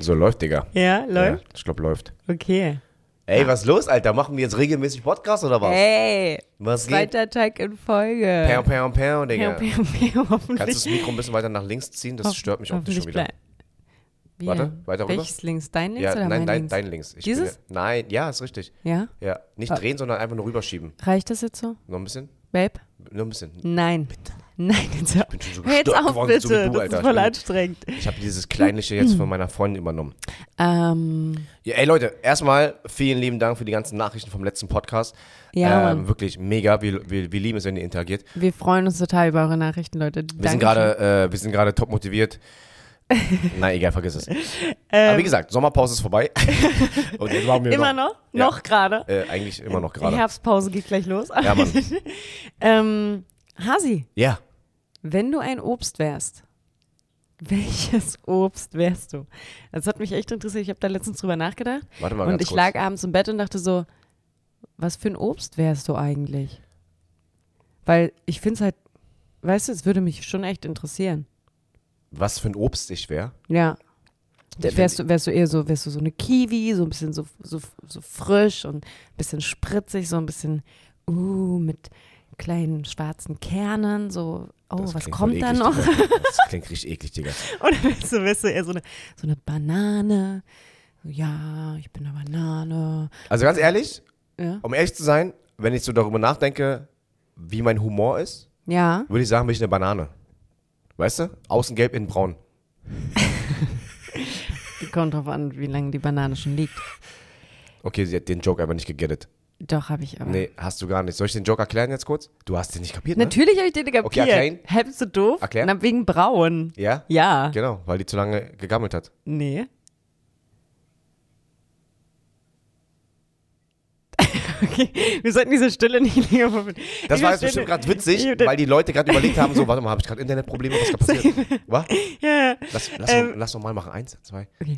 So, läuft, Digga. Ja, läuft? Ja, ich glaube, läuft. Okay. Ey, was ist los, Alter? Machen wir jetzt regelmäßig Podcast oder was? Ey, Was geht? zweiter Tag in Folge. Pow, Digga. Hoffentlich. Kannst du das Mikro ein bisschen weiter nach links ziehen? Das stört mich optisch schon wieder. Wie Warte, denn? weiter rüber. Welches links? Dein links Ja, oder nein, mein links? dein links. Ich Dieses? bin nein, ja, ist richtig. Ja? Ja, nicht drehen, sondern einfach nur rüberschieben. Reicht das jetzt so? Noch ein bisschen? Babe? Nur ein bisschen. Nein. Bitte. Nein, jetzt hör, Ich bin schon so hör jetzt gestört auf, geworden, bitte. so wie du, das Alter. ist voll anstrengend. Ich habe dieses Kleinliche jetzt von meiner Freundin übernommen. Ja, Ja, ey Leute, erstmal vielen lieben Dank für die ganzen Nachrichten vom letzten Podcast. Mann. Wirklich mega, wir lieben es, wenn ihr interagiert. Wir freuen uns total über eure Nachrichten, Leute. Wir sind gerade top motiviert. Nein, egal, vergiss es. Aber wie gesagt, Sommerpause ist vorbei. Und jetzt machen wir Immer noch? Ja. Noch gerade? Eigentlich immer noch gerade. Herbstpause geht gleich los. Ja, Mann. Hasi, Ja. wenn du ein Obst wärst, welches Obst wärst du? Das hat mich echt interessiert. Ich habe da letztens drüber nachgedacht. Warte mal Und ganz ich kurz. lag abends im Bett und dachte so, was für ein Obst wärst du eigentlich? Weil ich finde es halt, weißt du, es würde mich schon echt interessieren. Was für ein Obst ich wäre? Ja. Ich Wärst du eher so, wärst du so eine Kiwi, so ein bisschen so frisch und ein bisschen spritzig, so ein bisschen, mit kleinen schwarzen Kernen, so, Das was klingt kommt voll da eklig, noch? Digga. Das klingt richtig eklig, Digga. Oder wärst du eher so eine Banane? Ja, ich bin eine Banane. Also ganz ehrlich, Ja. um ehrlich zu sein, wenn ich so darüber nachdenke, wie mein Humor ist, Ja. würde ich sagen, bin ich eine Banane. Weißt du? Außen gelb, innen braun. Kommt drauf an, wie lange die Banane schon liegt. Okay, sie hat den Joke aber nicht gegettet. Doch, habe ich aber. Nee, hast du gar nicht. Soll ich den Joke erklären jetzt kurz? Du hast den nicht kapiert, ne? Natürlich habe ich den kapiert. Okay, erklär ihn. Hä, bist du doof? Erklär. Na, wegen braun. Ja? Ja. Genau, weil die zu lange gegammelt hat. Nee. Okay, wir sollten diese Stille nicht länger verbinden. Das war jetzt bestimmt gerade witzig, weil die Leute gerade überlegt haben, so, warte mal, habe ich gerade Internetprobleme, was ist gerade passiert? Was? Ja. Lass noch mal machen. 1, 2. Okay.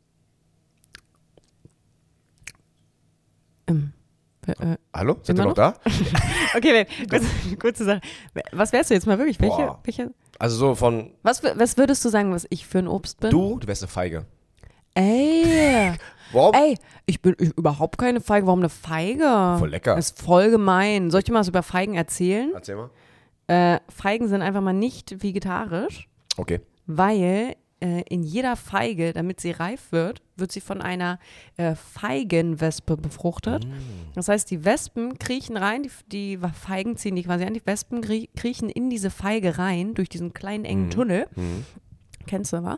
Hallo? Seid ihr Immer noch da? Okay, kurze Sache. Was wärst du jetzt mal wirklich? Boah. Welche? Also so von Was würdest du sagen, was ich für ein Obst bin? du wärst eine Feige. Ey. Warum? Ey, ich bin überhaupt keine Feige. Warum eine Feige? Voll lecker. Das ist voll gemein. Soll ich dir mal was über Feigen erzählen? Erzähl mal. Feigen sind einfach mal nicht vegetarisch, Okay. weil in jeder Feige, damit sie reif wird, wird sie von einer Feigenwespe befruchtet. Das heißt, die Wespen kriechen rein, die Feigen ziehen die quasi an, die Wespen kriechen in diese Feige rein, durch diesen kleinen engen Tunnel. Kennst du, wa?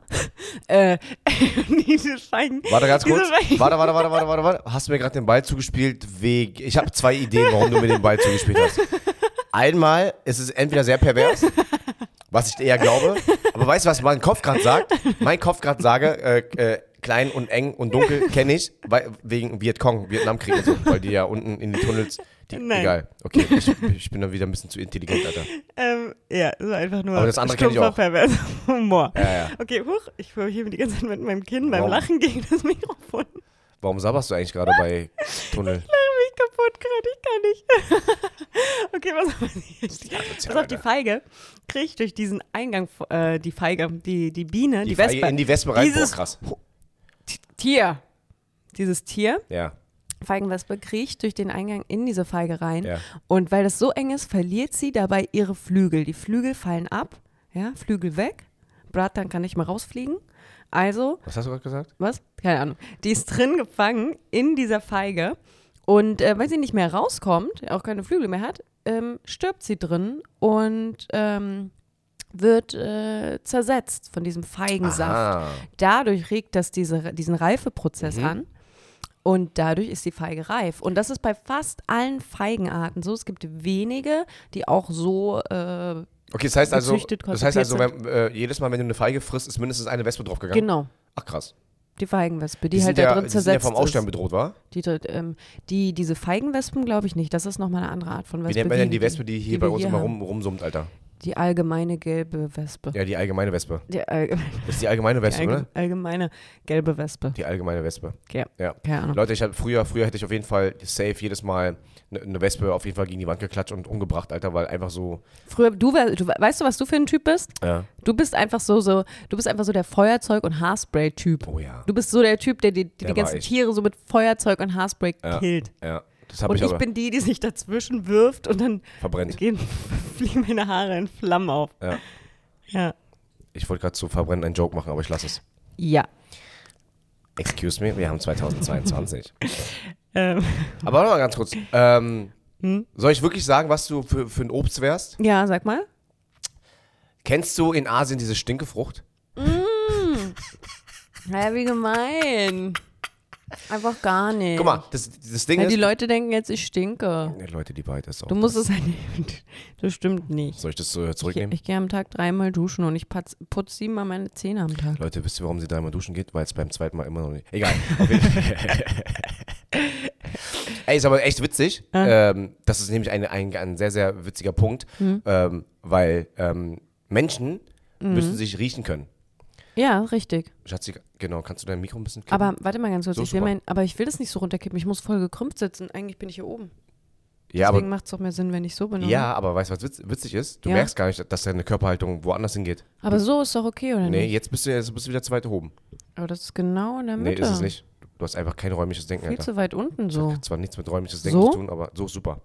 Diese Feigen. Warte ganz kurz. diese Feigen- Warte. Hast du mir gerade den Ball zugespielt? Ich habe 2 Ideen, warum du mir den Ball zugespielt hast. Einmal ist es entweder sehr pervers, was ich eher glaube, aber weißt du, was mein Kopf gerade sagt? Mein Kopf gerade sage, klein und eng und dunkel kenne ich, wegen Vietcong, Vietnamkrieg und so, weil die ja unten in die Tunnels, Nein. egal. Okay, ich bin dann wieder ein bisschen zu intelligent, Alter. Ja, so einfach nur Aber das andere kenn ich auch. perverser Humor. Ja. Okay, ich verhebe die ganze Zeit mit meinem Kinn beim Warum? Lachen gegen das Mikrofon. Warum sabberst du eigentlich gerade bei Tunnel? Ich mich kaputt gerade, ich kann nicht. Okay, pass auf, die Feige kriegt durch diesen Eingang, die Feige, die Biene, die Feige Wespe. in die Wespe rein, Dieses krass. Dieses Tier, Ja. Feigenwespe, kriecht durch den Eingang in diese Feige rein. Ja. Und weil das so eng ist, verliert sie dabei ihre Flügel. Die Flügel fallen ab, ja, Flügel weg. Bratan kann nicht mehr rausfliegen. Also, Was hast du gerade gesagt? was? Keine Ahnung. Die ist drin gefangen in dieser Feige. Und weil sie nicht mehr rauskommt, auch keine Flügel mehr hat, stirbt sie drin und wird zersetzt von diesem Feigensaft. Aha. Dadurch regt das diesen Reifeprozess an. Und dadurch ist die Feige reif. Und das ist bei fast allen Feigenarten so. Es gibt wenige, die auch so Okay, das heißt also, gezüchtet, wenn, jedes Mal, wenn du eine Feige frisst, ist mindestens eine Wespe draufgegangen? Genau, Ach krass. die Feigenwespe, die sind halt da drin die sind ja zersetzt vom Aussterben ist. bedroht, war? Diese Feigenwespen glaube ich nicht. Das ist nochmal eine andere Art von Wie Wespe. nennt man denn die Wespe, die hier bei uns wir immer haben. rumsummt, Alter? Die allgemeine gelbe Wespe. Ja, die allgemeine Wespe. Die Das ist die allgemeine Wespe, ne? allgemeine gelbe Wespe. Die allgemeine Wespe. Ja. Keine Ahnung. Leute, früher hätte ich auf jeden Fall safe jedes Mal eine Wespe auf jeden Fall gegen die Wand geklatscht und umgebracht, Alter, weil einfach so. Früher, weißt du, was du für ein Typ bist? Ja. Du bist einfach so der Feuerzeug- und Haarspray-Typ. Oh ja. Du bist so der Typ, der die Der ganzen war echt. Tiere so mit Feuerzeug und Haarspray killt. Ja. Das habe Und ich ich aber bin die sich dazwischen wirft und dann verbrennt. fliegen meine Haare in Flammen auf. Ja. Ja. Ich wollte gerade zu verbrennen einen Joke machen, aber ich lasse es. Ja. Excuse me, wir haben 2022. Ähm, Aber warte mal ganz kurz. Soll ich wirklich sagen, was du für ein Obst wärst? ja, sag mal. Kennst du in Asien diese Stinkefrucht? Ja, wie gemein. Einfach gar nicht. Guck mal, das Ding Ja, ist. die Leute denken jetzt, ich stinke. Ja, Leute, die Wahrheit ist auch. Du musst es halt nicht. Das stimmt nicht. Soll ich das so zurücknehmen? Ich gehe am Tag 3-mal duschen und ich putze 7-mal meine Zähne am Tag. Leute, wisst ihr, warum sie 3-mal duschen geht? Weil es beim 2. Mal immer noch nicht. Egal. Auf jeden Fall. Ey, ist aber echt witzig. Das ist nämlich ein sehr, sehr witziger Punkt, weil Menschen müssen sich riechen können. Ja, richtig. Schatzi, genau, kannst du dein Mikro ein bisschen kippen? Aber warte mal ganz kurz, So ich will super. aber ich will das nicht so runterkippen. Ich muss voll gekrümmt sitzen. Eigentlich bin ich hier oben. Ja, Deswegen aber, macht es doch mehr Sinn, wenn ich so bin. Oder? ja, aber weißt du, was witzig ist? Du Ja. merkst gar nicht, dass deine Körperhaltung woanders hingeht. Aber so ist doch okay, oder Nee, nicht? jetzt bist du wieder zweite oben. Aber das ist genau in der Nee, Mitte. ist es nicht. Du hast einfach kein räumliches Denken, Viel Alter. zu weit unten so. Zwar nichts mit räumliches Denken So? zu tun, aber so super.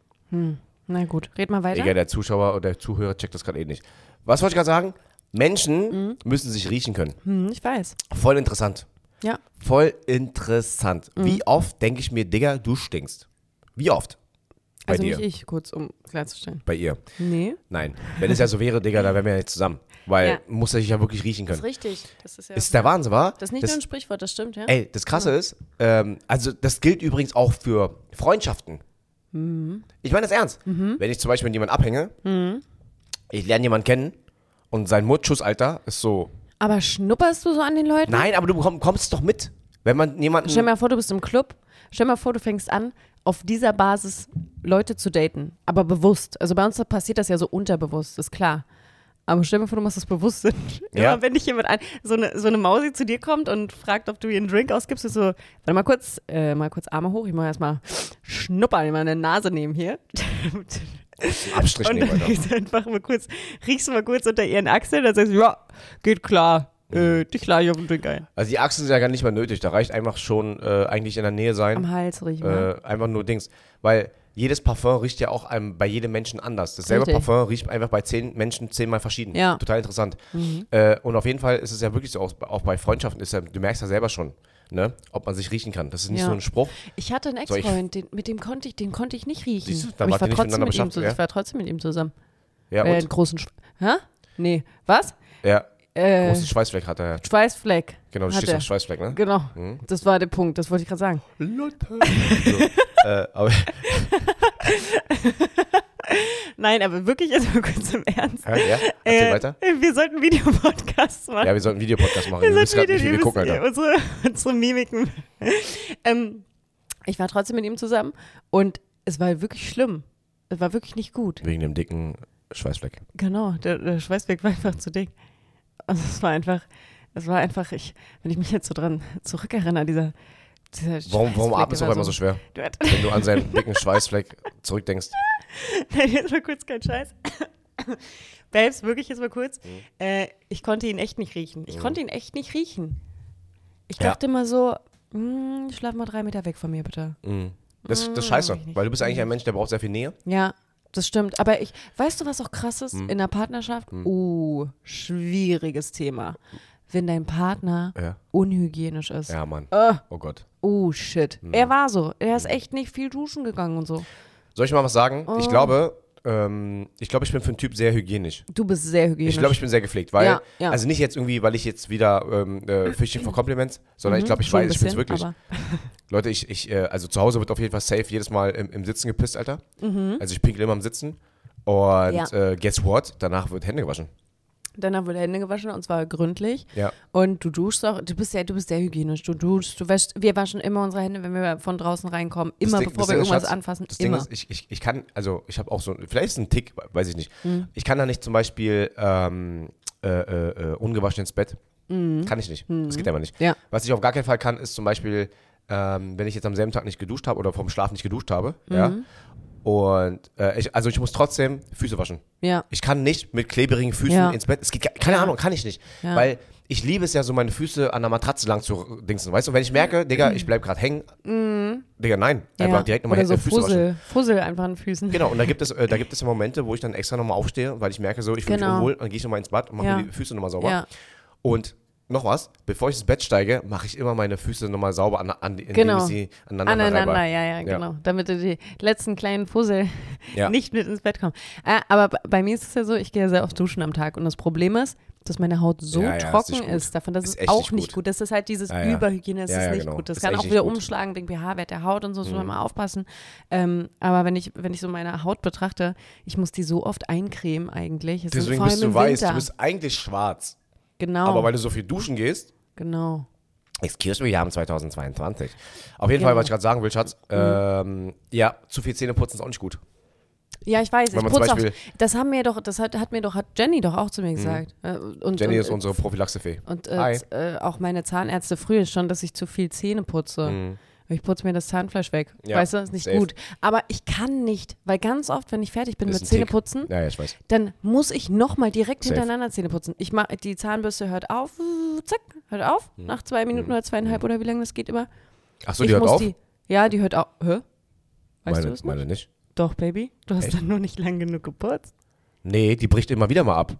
Na gut, red mal weiter. Egal, der Zuschauer oder der Zuhörer checkt das gerade eh nicht. Was wollte ich gerade sagen? Menschen müssen sich riechen können. Ich weiß. Voll interessant. Ja. Voll interessant. Wie oft denke ich mir, Digga, du stinkst? Wie oft? Bei Also dir? nicht ich, kurz um klarzustellen. Bei ihr? Nee. Nein. Wenn es ja so wäre, Digga, dann wären wir ja nicht zusammen. Weil Ja. muss er sich ja wirklich riechen Das können. ist richtig. Das ist ja. Ist der Wahnsinn, wa? Das ist nicht nur ein Sprichwort, das stimmt, ja? Ey, das Krasse ist, also das gilt übrigens auch für Freundschaften. Ich meine das ernst. Wenn ich zum Beispiel mit jemandem abhänge, ich lerne jemanden kennen und sein Mutschussalter ist so, Aber schnupperst du so an den Leuten? nein, aber du kommst doch mit. Wenn man jemanden, Stell dir mal vor, du bist im Club. Stell dir mal vor, du fängst an, auf dieser Basis Leute zu daten. Aber bewusst. Also bei uns passiert das ja so unterbewusst, ist klar. Aber stell dir mal vor, du machst das bewusst. Ja. Immer wenn dich jemand so eine Mausi zu dir kommt und fragt, ob du ihr einen Drink ausgibst, ist so, warte mal kurz Arme hoch, ich mache erstmal schnuppern, mal eine Nase nehmen hier. Abstrich Und nehmen, dann Alter. gehst du einfach riechst du mal kurz unter ihren Achseln, dann sagst du, ja, geht klar, dich lade ich auf den Drink ein. Also die Achsen sind ja gar nicht mehr nötig. Da reicht einfach schon eigentlich in der Nähe sein. Am Hals riechen. Ne? Einfach nur Dings. Weil jedes Parfum riecht ja auch bei jedem Menschen anders. Dasselbe Richtig. Parfum riecht einfach bei 10 Menschen 10-mal verschieden. Ja. Total interessant. Und auf jeden Fall ist es ja wirklich so, auch bei Freundschaften, du merkst ja selber schon, ne, ob man sich riechen kann. Das ist nicht Ja. so ein Spruch. Ich hatte einen Soll ich- Ex-Freund, mit dem konnte ich nicht riechen. Siehst du, da Aber wart ihr nicht miteinander beschäftigt, ja? ich war trotzdem mit ihm zusammen. Ja, Weil er und? einen großen Hä? Nee. Was? Ja, großen Schweißfleck hat er. Schweißfleck. Genau, du hat stehst er. auf Schweißfleck, ne? Genau. Das war der Punkt, das wollte ich gerade sagen. Leute. So, aber, Nein, aber wirklich jetzt mal kurz im Ernst. ja, erzähl weiter. Wir sollten Videopodcasts machen. Ja, wir sollten einen Videopodcast machen. Ihr wisst gerade nicht, wie wir gucken, Alter. Unsere Mimiken. Ich war trotzdem mit ihm zusammen und es war wirklich schlimm. Es war wirklich nicht gut. Wegen dem dicken Schweißfleck. Genau, der Schweißfleck war einfach zu dick. Also es war einfach, wenn ich mich jetzt so dran zurückerinnere, dieser Warum Schweißfleck, atmest du der auch war immer so schwer? Du hat- Wenn du an seinen dicken Schweißfleck zurückdenkst. Nein, jetzt mal kurz kein Scheiß. Babes, wirklich jetzt mal kurz. Ich konnte ihn echt nicht riechen. Ich konnte ihn echt nicht riechen. Ich Ja. dachte immer so, schlaf mal 3 Meter weg von mir, bitte. Das ist scheiße, weil du bist eigentlich ein Mensch, der braucht sehr viel Nähe. Ja, das stimmt. Aber weißt du, was auch krass ist in der Partnerschaft? Schwieriges Thema. Wenn dein Partner Ja. unhygienisch ist. Ja, Mann. Oh Gott. Oh, shit. Er war so. Er ist echt nicht viel duschen gegangen und so. Soll ich mal was sagen? Ich glaube, ich bin für einen Typ sehr hygienisch. Du bist sehr hygienisch. Ich glaube, ich bin sehr gepflegt, weil, Ja, ja. also nicht jetzt irgendwie, weil ich jetzt wieder Fishing for Compliments, sondern ich glaube, ich Schon ein weiß, ich bin's bisschen, wirklich. aber- Leute, also zu Hause wird auf jeden Fall safe jedes Mal im Sitzen gepisst, Alter. Also ich pinkel immer im Sitzen. Und Ja. guess what? Danach wird Hände gewaschen. Danach wurde Hände gewaschen und zwar gründlich. Ja. Und du duschst auch, du bist sehr hygienisch. Du duschst, du wäschst, wir waschen immer unsere Hände, wenn wir von draußen reinkommen. Immer, bevor wir irgendwas anfassen. Das immer. Ding ist, ich kann, also ich habe auch so, vielleicht ist es ein Tick, weiß ich nicht. Ich kann da nicht zum Beispiel ungewaschen ins Bett. Kann ich nicht. Das geht einfach nicht. Ja. Was ich auf gar keinen Fall kann, ist zum Beispiel, wenn ich jetzt am selben Tag nicht geduscht habe oder vom Schlaf nicht geduscht habe, ja. Und ich muss trotzdem Füße waschen. Ja. Ich kann nicht mit klebrigen Füßen ins Bett. Es geht, keine Ahnung, kann ich nicht. Ja. Weil ich liebe es ja so, meine Füße an der Matratze lang zu dingsen. Weißt du, wenn ich merke, Digga, ich bleib gerade hängen, Digga, nein, einfach direkt nochmal so Füße waschen. Fussel einfach an den Füßen. Genau, und da gibt es ja Momente, wo ich dann extra nochmal aufstehe, weil ich merke so, ich fühle mich unwohl, dann gehe ich nochmal ins Bad und mache mir die Füße nochmal sauber. Ja. Und noch was, bevor ich ins Bett steige, mache ich immer meine Füße nochmal sauber, indem ich sie aneinander reibe. Ja, genau. Damit die letzten kleinen Fussel Ja. nicht mit ins Bett kommen. Aber bei mir ist es ja so, ich gehe ja sehr oft duschen am Tag und das Problem ist, dass meine Haut so trocken ist davon, das ist auch nicht gut. Das ist halt dieses Überhygiene, das ist nicht genau. gut. Das Ist kann echt auch nicht wieder gut. umschlagen wegen pH-Wert der Haut und so, muss man mal aufpassen. Aber wenn ich so meine Haut betrachte, ich muss die so oft eincremen eigentlich. Deswegen vor allem bist du im weiß, Winter. du bist eigentlich schwarz. Genau. Aber weil du so viel duschen gehst, Genau. excuse me, wir haben 2022. Auf jeden Fall, was ich gerade sagen will, Schatz, ja, zu viel Zähne putzen ist auch nicht gut. Ja, ich weiß, Wenn ich man zum putze auch. Beispiel- Das hat Jenny doch auch zu mir gesagt. Jenny ist unsere Prophylaxefee. Und Hi. auch meine Zahnärzte früher schon, dass ich zu viel Zähne putze. Ich putze mir das Zahnfleisch weg. Ja, Weißt du, ist nicht safe. gut. Aber ich kann nicht, weil ganz oft, wenn ich fertig bin Das mit ist ein Tick. Zähneputzen, Ja, ich weiß. dann muss ich nochmal direkt Safe. hintereinander Zähne putzen. Die Zahnbürste hört auf, zack, hört auf, nach 2 Minuten oder 2,5 oder wie lange das geht immer. Achso, die hört auf? Die hört auf. Hä? Weißt du es nicht? Meine nicht. Doch, Baby. Du hast Echt? dann nur nicht lang genug geputzt. Nee, die bricht immer wieder mal ab.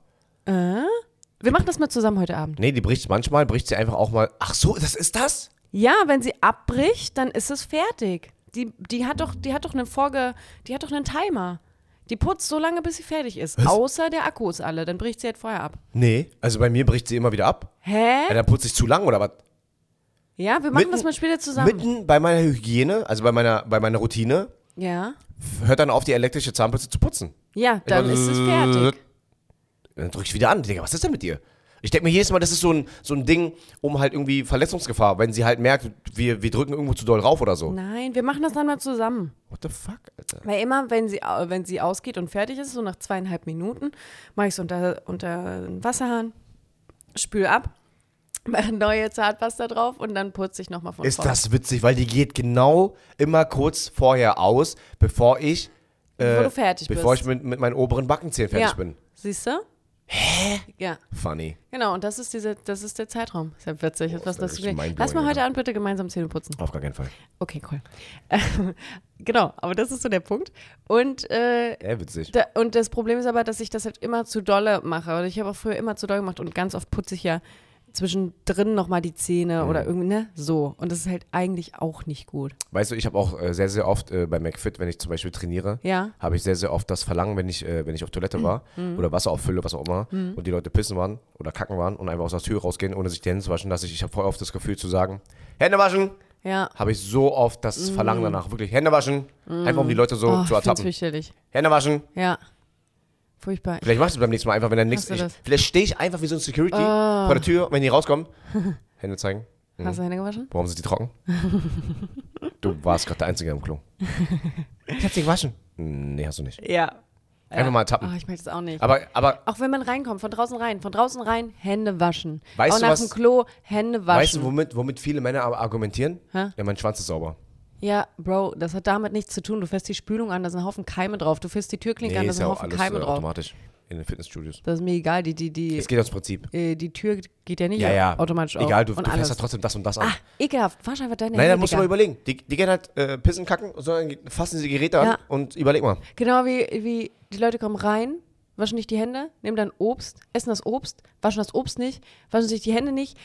Wir machen das mal zusammen heute Abend. Nee, manchmal bricht sie einfach auch mal. Ach so, das ist das? Ja, wenn sie abbricht, dann ist es fertig. Die hat doch einen Timer. Die putzt so lange, bis sie fertig ist. Was? Außer der Akku ist alle, dann bricht sie halt vorher ab. Nee, also bei mir bricht sie immer wieder ab. Hä? Ja, dann putze ich zu lang oder was? Ja, wir machen Mitten- das mal später zusammen. Mitten bei meiner Hygiene, also bei meiner Routine, Ja. hört dann auf, die elektrische Zahnbürste zu putzen. Ja, dann ist es fertig. Dann drück ich wieder an. Digga, was ist denn mit dir? Ich denke mir jedes Mal, das ist so ein Ding, um halt irgendwie Verletzungsgefahr, wenn sie halt merkt, wir drücken irgendwo zu doll rauf oder so. Nein, wir machen das dann mal zusammen. What the fuck, Alter? Weil immer, wenn sie ausgeht und fertig ist, so nach 2,5 Minuten, mache ich es unter den Wasserhahn, spüle ab, mache neue Zahnpasta drauf und dann putze ich nochmal von Ist vorne. das witzig, weil die geht genau immer kurz vorher aus, bevor ich du fertig bevor bist. ich mit meinen oberen Backenzähnen fertig Ja. bin. Siehst du? Hä? Ja, Funny. genau. Und das ist der Zeitraum. Ist ja witzig. das ist richtig mindblowing, Lass mal heute Alter. Abend bitte gemeinsam Zähne putzen. Auf gar keinen Fall. Okay, cool. Genau, aber das ist so der Punkt. Und, Witzig. und das Problem ist aber, dass ich das halt immer zu dolle mache. Oder ich habe auch früher immer zu doll gemacht und ganz oft putze ich ja zwischendrin nochmal die Zähne oder irgendwie, ne? So. Und das ist halt eigentlich auch nicht gut. Weißt du, ich habe auch sehr, sehr oft bei McFit, wenn ich zum Beispiel trainiere, Ja. habe ich sehr, sehr oft das Verlangen, wenn ich auf Toilette war oder Wasser auffülle, was auch immer, und die Leute pissen waren oder kacken waren und einfach aus der Tür rausgehen, ohne sich die Hände zu waschen, dass ich habe voll oft das Gefühl zu sagen, Hände waschen! Ja. Habe ich so oft das Verlangen danach, wirklich Hände waschen, einfach um die Leute so Oh, zu ich find's ertappen. fürchterlich. Hände waschen! Ja. Furchtbar. Vielleicht machst du beim nächsten Mal einfach, wenn dann nichts Hast du ist. das? Vielleicht stehe ich einfach wie so ein Security vor der Tür, wenn die rauskommen. Hände zeigen. Hast du Hände gewaschen? Warum sind die trocken? Du warst gerade der Einzige im Klo. Ich hab sie gewaschen. Nee, hast du nicht. Ja. Einfach mal tappen. Oh, ich möchte das auch nicht. Aber Auch wenn man reinkommt, von draußen rein, Hände waschen. Weißt auch du nach was- dem Klo, Hände weißt waschen. du, womit viele Männer argumentieren? Hä? Ja, mein Schwanz ist sauber. Ja, Bro, das hat damit nichts zu tun. Du fährst die Spülung an, da sind ein Haufen Keime drauf. Du fährst die Türklinke an, da ist sind ja ein auch Haufen alles Keime drauf. automatisch in den Fitnessstudios. Das ist mir egal. Die Es geht ums Prinzip. Tür geht ja nicht Ja. automatisch auf. Egal, du und fährst alles. ja trotzdem das und das an. Ah, ekelhaft. Wasch einfach deine Nein, Hände, dann musst du Digga. mal überlegen. Die gehen halt pissen, kacken, sondern fassen sie die Geräte Ja. an und überleg mal. Genau wie die Leute kommen rein, waschen nicht die Hände, nehmen dann Obst, essen das Obst, waschen das Obst nicht, waschen sich die Hände nicht.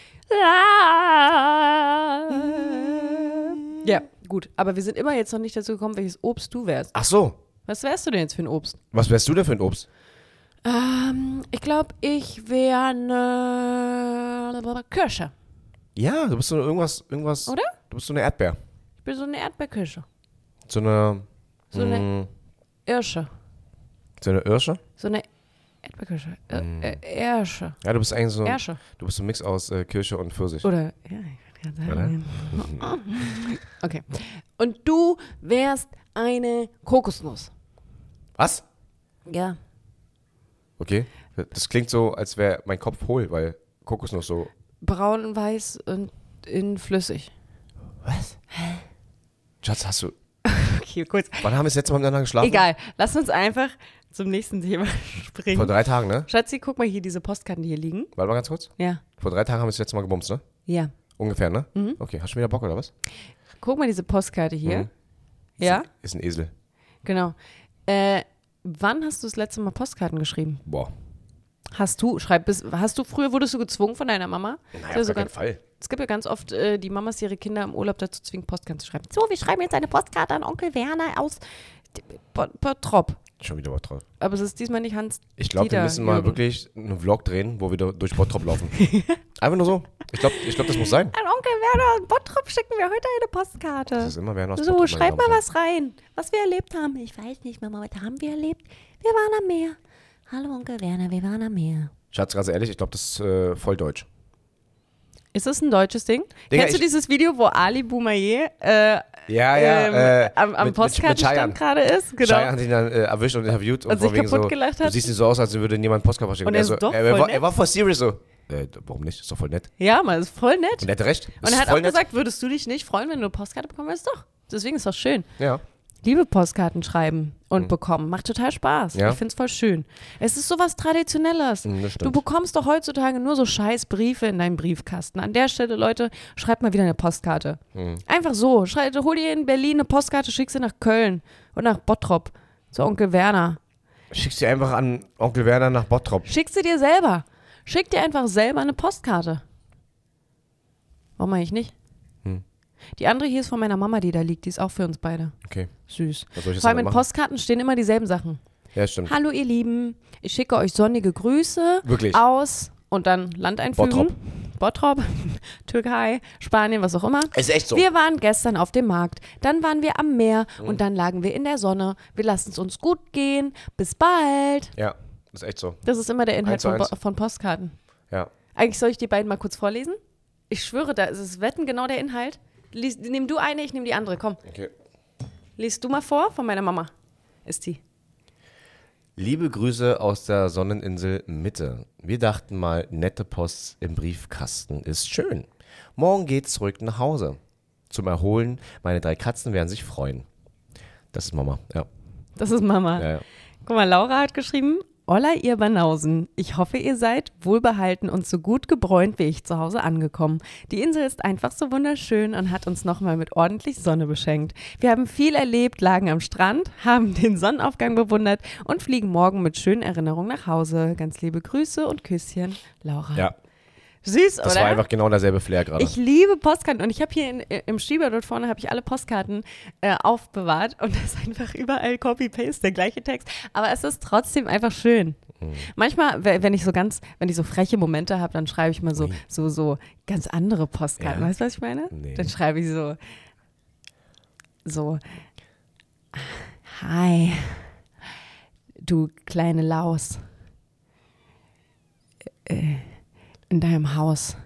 Ja, gut. Aber wir sind immer jetzt noch nicht dazu gekommen, welches Obst du wärst. Ach so. Was wärst du denn jetzt für ein Obst? Was wärst du denn für ein Obst? Ich glaube, ich wäre eine Kirsche. Ja, du bist so irgendwas. Oder? Du bist so eine Erdbeer. Ich bin so eine Erdbeerkirsche. So eine. So eine Irsche. So eine Irsche? So eine Erdbeerkirsche. Ersche. Ja, du bist eigentlich so Ersche. du bist so ein Mix aus Kirsche und Pfirsich. Oder, ja, ich kann sagen. Okay. Und du wärst eine Kokosnuss. Was? Ja. Okay. Das klingt so, als wäre mein Kopf hohl, weil Kokosnuss so. Braun, weiß und in flüssig. Was? Schatz, hast du. Okay, kurz. Wann haben wir das letzte Mal miteinander geschlafen? Egal. Lass uns einfach zum nächsten Thema springen. Vor 3 Tagen, ne? Schatzi, guck mal hier, diese Postkarten, die hier liegen. Warte mal ganz kurz. Ja. Vor 3 Tagen haben wir das letzte Mal gebumst, ne? Ja. Ungefähr, ne? Okay, hast du schon wieder Bock oder was? Guck mal diese Postkarte hier. Ja, Ist ein Esel. genau. Wann hast du das letzte Mal Postkarten geschrieben? Boah. Hast du früher, wurdest du gezwungen von deiner Mama? Naja, auf gar keinen Fall. Es gibt ja ganz oft die Mamas, die ihre Kinder im Urlaub dazu zwingen, Postkarten zu schreiben. So, wir schreiben jetzt eine Postkarte an Onkel Werner aus Bottrop. Schon wieder Bottrop. Aber es ist diesmal nicht Hans Ich glaube, wir Dieter müssen mal Jürgen. wirklich einen Vlog drehen, wo wir durch Bottrop laufen. Einfach nur so. Ich glaube, das muss sein. An Onkel Werner aus Bottrop schicken wir heute eine Postkarte. Das ist immer Werner aus So, Bottrop, meine schreib Damen mal und Herren. was rein, was wir erlebt haben. Ich weiß nicht, Mama, was haben wir erlebt? Wir waren am Meer. Hallo Onkel Werner, wir waren am Meer. Schatz, ganz ehrlich, ich glaube, das ist voll deutsch. Ist das ein deutsches Ding? Digga, Kennst du dieses Video, wo Ali Boumaier am mit Postkartenstand gerade ist? Genau. Cheyenne hat ihn dann erwischt und interviewt. Und sich von wegen kaputt so, gelacht du hat. siehst nicht so aus, als würde niemand Postkarte verschicken. Und er ist so, doch er, voll war, nett. er war voll serious so. Warum nicht? Ist doch voll nett. Ja, man, ist voll nett. Und er hatte recht. Und er hat auch gesagt, würdest du dich nicht freuen, wenn du eine Postkarte bekommen würdest? Doch. Deswegen ist doch schön. Ja. Liebe Postkarten schreiben und bekommen. Macht total Spaß. Ja. Ich finde es voll schön. Es ist sowas Traditionelles. Das Du stimmt. bekommst doch heutzutage nur so scheiß Briefe in deinem Briefkasten. An der Stelle, Leute, schreibt mal wieder eine Postkarte. Einfach so. Hol dir in Berlin eine Postkarte, schick sie nach Köln und nach Bottrop zu Onkel Werner. Schickst du einfach an Onkel Werner nach Bottrop. Schick sie dir selber. Schick dir einfach selber eine Postkarte. Warum eigentlich nicht? Die andere hier ist von meiner Mama, die da liegt. Die ist auch für uns beide. Okay. Süß. Was soll ich jetzt Vor allem damit in machen? Postkarten stehen immer dieselben Sachen. Ja, stimmt. Hallo ihr Lieben, ich schicke euch sonnige Grüße Wirklich? aus und dann Land einfügen. Bottrop, Türkei, Spanien, was auch immer. Ist echt so. Wir waren gestern auf dem Markt, dann waren wir am Meer und dann lagen wir in der Sonne. Wir lassen es uns gut gehen. Bis bald. Ja, ist echt so. Das ist immer der Inhalt 1:1. von Postkarten. Ja. Eigentlich soll ich die beiden mal kurz vorlesen? Ich schwöre, da ist es Wetten genau der Inhalt. Nimm du eine, ich nehme die andere. Komm, Okay. liest du mal vor von meiner Mama. Ist die. Liebe Grüße aus der Sonneninsel Mitte. Wir dachten mal, nette Post im Briefkasten ist schön. Morgen geht's zurück nach Hause. Zum Erholen, meine 3 Katzen werden sich freuen. Das ist Mama, ja. Das ist Mama. Ja, ja. Guck mal, Laura hat geschrieben, Olla, ihr Banausen. Ich hoffe, ihr seid wohlbehalten und so gut gebräunt wie ich zu Hause angekommen. Die Insel ist einfach so wunderschön und hat uns nochmal mit ordentlich Sonne beschenkt. Wir haben viel erlebt, lagen am Strand, haben den Sonnenaufgang bewundert und fliegen morgen mit schönen Erinnerungen nach Hause. Ganz liebe Grüße und Küsschen, Laura. Ja, Süß, das oder? war einfach genau derselbe Flair gerade. Ich liebe Postkarten und ich habe hier im Schieber dort vorne habe ich alle Postkarten aufbewahrt und das ist einfach überall Copy-Paste, der gleiche Text. Aber es ist trotzdem einfach schön. Manchmal, wenn ich so freche Momente habe, dann schreibe ich mal so ganz andere Postkarten. Ja. Weißt du, was ich meine? Nee. Dann schreibe ich so, hi, du kleine Laus. In deinem Haus.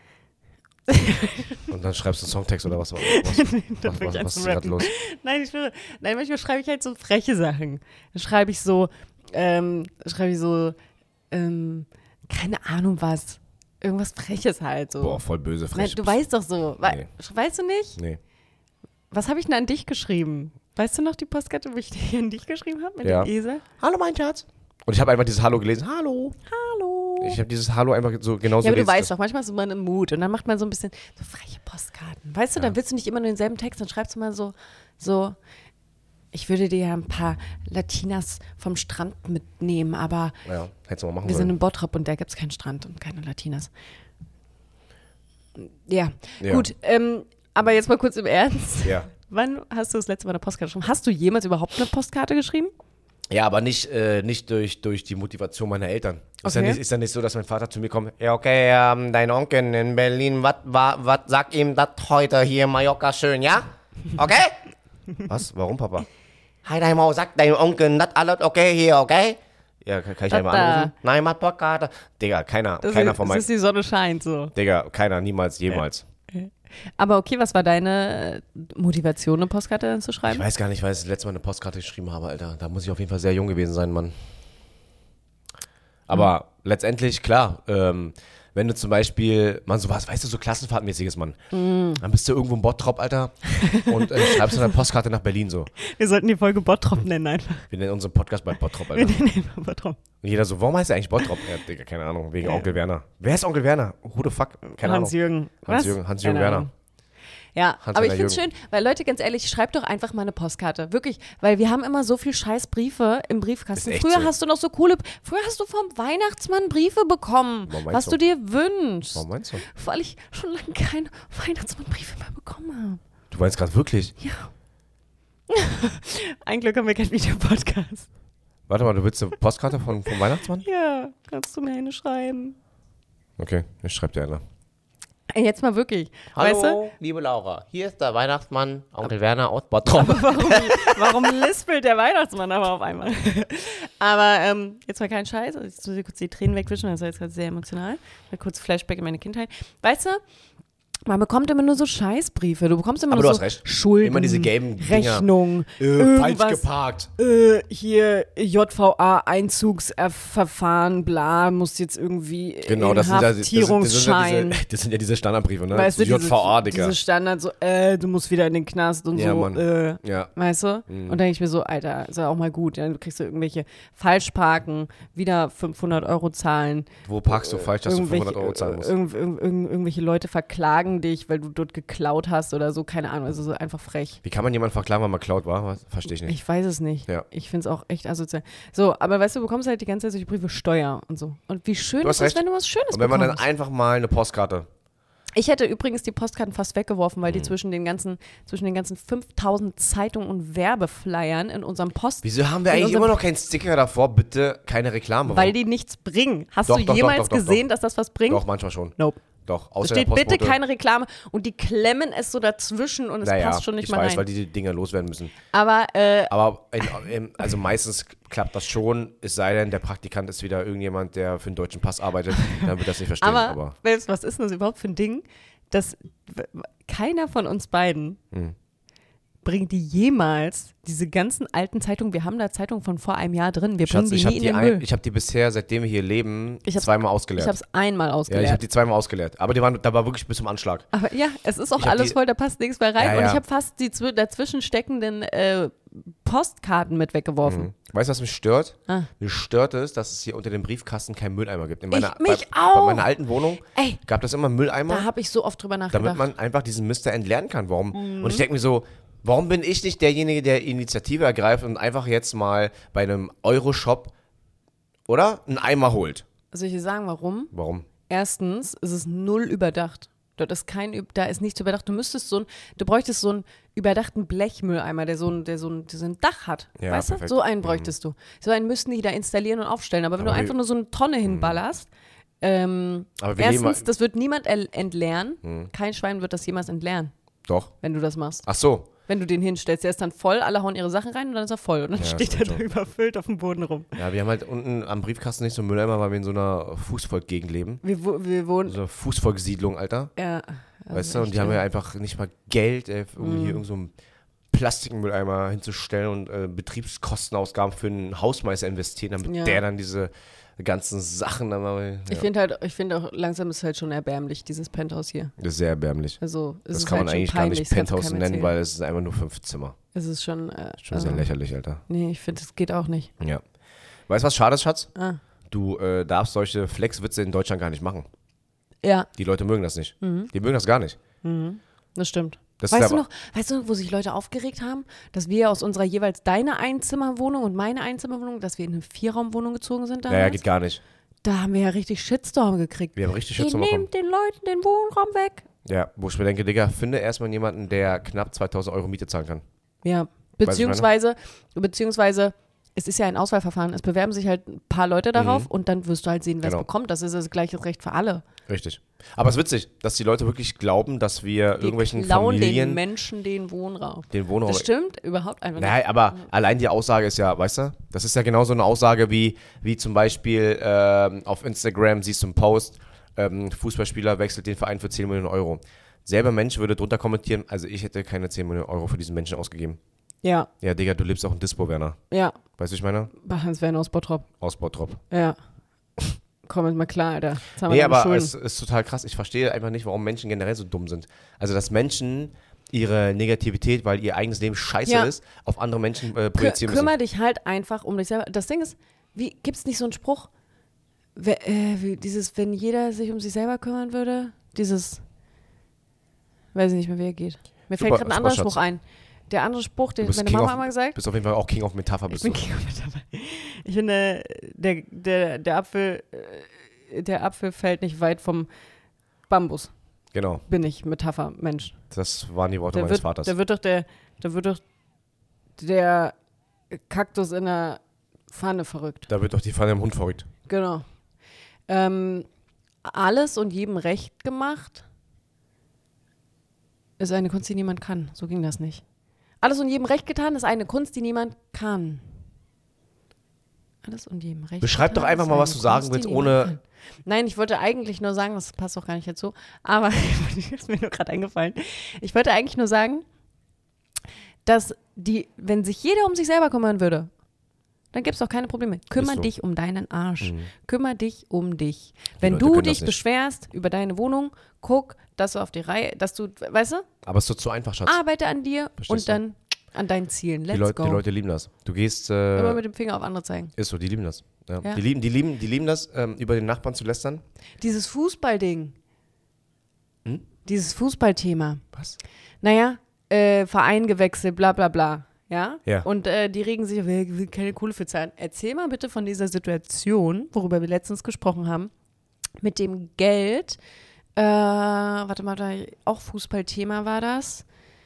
Und dann schreibst du einen Songtext oder was? Dann Was fang ich an ist zu gerade rappen. los? Nein, ich schwöre. Nein, manchmal schreibe ich halt so freche Sachen. Dann schreibe ich keine Ahnung was. Irgendwas Freches halt so. Boah, voll böse Nein, frech. du weißt doch so. Nee. Weißt du nicht? Nee. Was habe ich denn an dich geschrieben? Weißt du noch die Postkarte, wo ich die an dich geschrieben habe mit Ja. dem Esel? Hallo, mein Schatz. Und ich habe einfach dieses Hallo gelesen. Hallo. Hallo. Ich habe dieses Hallo einfach so genauso Ja, aber du gelesen. weißt doch, manchmal ist man im Mut und dann macht man so ein bisschen so freche Postkarten. Weißt du, dann willst du nicht immer nur denselben Text, dann schreibst du mal so, ich würde dir ja ein paar Latinas vom Strand mitnehmen, aber Ja, hättest du mal machen wir sind sollen. in Bottrop und da gibt es keinen Strand und keine Latinas. Ja, Ja. gut, aber jetzt mal kurz im Ernst. Ja. Wann hast du das letzte Mal eine Postkarte geschrieben? Hast du jemals überhaupt eine Postkarte geschrieben? Ja, aber nicht durch die Motivation meiner Eltern. Okay. Ist ja nicht so, dass mein Vater zu mir kommt, ja okay, dein Onkel in Berlin, was sag ihm das heute hier in Mallorca schön, ja? Okay? Was? Warum, Papa? Hi, dein Maus, sag dein Onkel das alles okay hier, okay? Ja, kann ich einmal anrufen? Nein, mach Postkarte. Digga, keiner von meinen. Das ist die Sonne scheint so. Digga, keiner, niemals, jemals. Aber okay, was war deine Motivation, eine Postkarte dann zu Ich schreiben? weiß gar nicht, weil ich das letzte Mal eine Postkarte geschrieben habe, Alter. Da muss ich auf jeden Fall sehr jung gewesen sein, Mann. Aber letztendlich, klar, wenn du zum Beispiel, man sowas, weißt du, so Klassenfahrtmäßiges, Mann. Dann bist du irgendwo im Bottrop, Alter, und schreibst eine Postkarte nach Berlin so. Wir sollten die Folge Bottrop nennen einfach. Wir nennen unseren Podcast bald Bottrop, Alter. Wir nennen einfach Bottrop. Und jeder so, warum heißt er eigentlich Bottrop? Ja, Digga, keine Ahnung, wegen Onkel Werner. Wer ist Onkel Werner? Who the fuck? Keine Ahnung. Hans-Jürgen. Hans-Jürgen Keine Werner. Ahnung. Ja, Hans aber ich Werner finde es schön, weil Leute, ganz ehrlich, schreibt doch einfach mal eine Postkarte. Wirklich, weil wir haben immer so viel scheiß Briefe im Briefkasten. Ist echt Früher so. hast du noch so früher hast du vom Weihnachtsmann Briefe bekommen, Warum meinst was du dir wünschst. Warum meinst du? Weil ich schon lange keine Weihnachtsmann-Briefe mehr bekommen habe. Du meinst gerade wirklich? Ja. Ein Glück haben wir keinen Videopodcast. Warte mal, du willst eine Postkarte vom Weihnachtsmann? Ja, kannst du mir eine schreiben? Okay, ich schreib dir eine. Ey, jetzt mal wirklich. Weißt du? liebe Laura, hier ist der Weihnachtsmann, Onkel Werner aus Bottrop. Warum lispelt der Weihnachtsmann aber auf einmal? Aber jetzt mal kein Scheiß. Ich muss hier kurz die Tränen wegwischen, das war jetzt gerade sehr emotional. Mal kurz Flashback in meine Kindheit. Weißt du, man bekommt immer nur so Scheißbriefe. Du bekommst immer Aber nur du so hast recht. Schulden, Immer diese gelben Dinger. Rechnung, Falsch irgendwas, geparkt. hier JVA-Einzugsverfahren, bla, musst jetzt irgendwie Genau, in das sind, Haftierungsschein. das sind ja diese Standardbriefe, ne? Weißt du, JVA, Digga. diese Standard so, du musst wieder in den Knast und Ja, so, Mann. Ja. weißt du? Und dann denke ich mir so, Alter, ist ja auch mal gut. Ja? Du kriegst so irgendwelche Falschparken, wieder 500 € zahlen. Wo parkst du falsch, dass du 500 € zahlen musst? Irgendwelche Leute verklagen dich, weil du dort geklaut hast oder so, keine Ahnung, also so einfach frech. Wie kann man jemanden verklagen, weil man klaut war? Was? Verstehe ich nicht. Ich weiß es nicht. Ja. Ich finde es auch echt asozial. So, aber weißt du, du bekommst halt die ganze Zeit solche Briefe Steuer und so. Und wie schön Du hast ist es, recht. wenn du was Schönes Und wenn man dann bekommst. einfach mal eine Postkarte. Ich hätte übrigens die Postkarten fast weggeworfen, weil die Mhm. zwischen den ganzen 5000 Zeitungen und Werbeflyern in unserem Wieso haben wir in eigentlich unserem- immer noch keinen Sticker davor? Bitte keine Reklame. weil die nichts bringen. Hast Doch, du doch, jemals doch, doch, gesehen, dass das was bringt? Doch, manchmal schon. Nope. Doch, Da außer steht der bitte Postbote. keine Reklame und die klemmen es so dazwischen und es Naja, passt schon nicht ich mal weiß, rein. weil die Dinger loswerden müssen. Aber Aber also meistens klappt das schon, es sei denn, der Praktikant ist wieder irgendjemand, der für einen deutschen Pass arbeitet, dann wird das nicht verstehen. Aber was ist denn das überhaupt für ein Ding, dass keiner von uns beiden bringt die jemals diese ganzen alten Zeitungen, wir haben da Zeitungen von vor einem Jahr drin, wir bringen Schatz, die nie in den Müll. ich habe die bisher, seitdem wir hier leben, Ich hab's- zweimal Ich ausgeleert. habe es einmal Ja, ich ausgeleert. habe die zweimal ausgeleert. Aber da war wirklich bis zum Anschlag. Aber ja, es ist auch Ich hab alles die- voll, da passt nichts mehr rein. Ja, Und ja. ich habe fast die dazwischen steckenden Postkarten mit weggeworfen. Weißt du, was mich stört? Ah. Mich stört es, dass es hier unter dem Briefkasten keinen Mülleimer gibt. In mich bei auch. meiner alten Wohnung Ey, gab es immer einen Mülleimer, da habe ich so oft drüber damit nachgedacht. man einfach diesen Mister entleeren kann. Warum? Mhm. Und ich denke mir so, warum bin ich nicht derjenige, der Initiative ergreift und einfach jetzt mal bei einem Euro-Shop, oder? Einen Eimer holt. Soll ich dir sagen, warum? Warum? Erstens ist es null überdacht. Da ist nichts überdacht. Du bräuchtest so einen überdachten Blechmülleimer, der so ein Dach hat. Ja, weißt perfekt. du? So einen bräuchtest du. So einen müssten die da installieren und aufstellen. Aber wenn Aber du einfach nur so eine Tonne hinballerst, Aber wir leben erstens, das wird niemand entleeren. Kein Schwein wird das jemals entleeren, Doch. wenn du das machst. Ach so. Wenn du den hinstellst, der ist dann voll, alle hauen ihre Sachen rein und dann ist er voll. Und dann Ja, steht er stimmt da überfüllt auf dem Boden rum. Ja, wir haben halt unten am Briefkasten nicht so einen Mülleimer, weil wir in so einer Fußvolkgegend leben. Wir wohnen. So eine Fußvolksiedlung, Alter. Ja, also Weißt du, und echt, die haben ja einfach nicht mal Geld, um hier irgend so einen Plastikmülleimer hinzustellen und Betriebskostenausgaben für einen Hausmeister investieren, damit Ja. der dann diese ganzen Sachen dann mal. Ich finde auch, langsam ist es halt schon erbärmlich, dieses Penthouse hier. Das ist sehr erbärmlich. Also, es Das ist kann halt man schon eigentlich peinlich, gar nicht das kannst du Penthouse keinem nennen, erzählen. weil es ist einfach nur 5 Zimmer. Es ist schon. Schon sehr lächerlich, Alter. Nee, ich finde, es geht auch nicht. Ja. Weißt du, was schade ist, Schatz? Ah. Du darfst solche Flexwitze in Deutschland gar nicht machen. Ja, Die Leute mögen das nicht. Die mögen das gar nicht. das stimmt. Das ist Weißt du aber- noch, wo sich Leute aufgeregt haben, dass wir aus unserer jeweils deine Einzimmerwohnung und meine Einzimmerwohnung, dass wir in eine Vierraumwohnung gezogen sind damals? Naja, geht gar nicht. Da haben wir ja richtig Shitstorm gekriegt. Wir haben richtig Ihr Shitstorm bekommen. nehmt den Leuten den Wohnraum weg. Ja, wo ich mir denke, Digga, finde erstmal jemanden, der knapp 2000 € Miete zahlen kann. Ja, Weißt du, was ich beziehungsweise es ist ja ein Auswahlverfahren. Es bewerben sich halt ein paar Leute darauf und dann wirst du halt sehen, wer es Genau. bekommt. Das ist das gleiche Recht für alle. Richtig. Aber es ist witzig, dass die Leute wirklich glauben, dass wir Die irgendwelchen klauen Familien den Menschen den Wohnraum. den Wohnraum... Das stimmt überhaupt einfach nicht. Nein, aber allein die Aussage ist ja, weißt du, das ist ja genauso eine Aussage wie zum Beispiel auf Instagram siehst du einen Post, Fußballspieler wechselt den Verein für 10 Millionen Euro. Selber Mensch würde drunter kommentieren, also ich hätte keine 10 Millionen Euro für diesen Menschen ausgegeben. Ja, Ja, Digga, du lebst auch in Dispo, Werner. ja. Weißt du, ich meine? Bei Hans-Werner aus Bottrop. Aus Bottrop. Ja. Komm jetzt mal klar, Alter. Jetzt haben wir Nee, deine aber Schulden. es ist total krass. Ich verstehe einfach nicht, warum Menschen generell so dumm sind. Also, dass Menschen ihre Negativität, weil ihr eigenes Leben scheiße Ja. ist, auf andere Menschen projizieren müssen. Kümmere dich halt einfach um dich selber. Das Ding ist, gibt es nicht so einen Spruch, wenn jeder sich um sich selber kümmern würde? Weiß ich nicht mehr, wie er geht. Mir fällt Super, gerade ein anderer super, Spruch ein. Der andere Spruch, den Du bist meine King Mama of- immer gesagt. bist auf jeden Fall auch King of Metapher. Ich Bist bin du. King of Metapher. Ich finde, der Apfel fällt nicht weit vom Bambus. Genau, Bin ich Metapher, Mensch. das waren die Worte Da meines Vaters. wird doch der Kaktus in der Pfanne verrückt. Da wird doch die Pfanne im Hund verrückt. Genau. Alles und jedem recht gemacht ist eine Kunst, die niemand kann. So ging das nicht. Alles und jedem recht getan ist eine Kunst, die niemand kann. Alles und jedem recht Beschreib getan doch einfach ist mal, eine was du sagen Kunst, willst, die niemand ohne- kann. Nein, ich wollte eigentlich nur sagen, das passt auch gar nicht dazu, aber ist mir nur gerade eingefallen. Ich wollte eigentlich nur sagen, dass wenn sich jeder um sich selber kümmern würde, dann gibt es auch keine Probleme. Kümmere so. dich um deinen Arsch. Kümmere dich um dich. Wenn Leute du können das dich nicht. beschwerst über deine Wohnung, guck, dass du auf die Reihe, dass du, weißt du, Aber es ist doch zu einfach, Schatz. arbeite an dir Verstehst und du? dann an deinen Zielen. Let's Die go. Leute lieben das. Du gehst, Immer mit dem Finger auf andere zeigen. ist so, die lieben das. Ja. Ja. Die lieben das, über den Nachbarn zu lästern. Dieses Fußballding. Dieses Fußballthema. Was? Naja, Verein gewechselt, bla bla bla. Ja? Ja. Und die regen sich, wir will keine Kohle für zahlen. Erzähl mal bitte von dieser Situation, worüber wir letztens gesprochen haben, mit dem Geld. Warte mal, auch Fußballthema war das.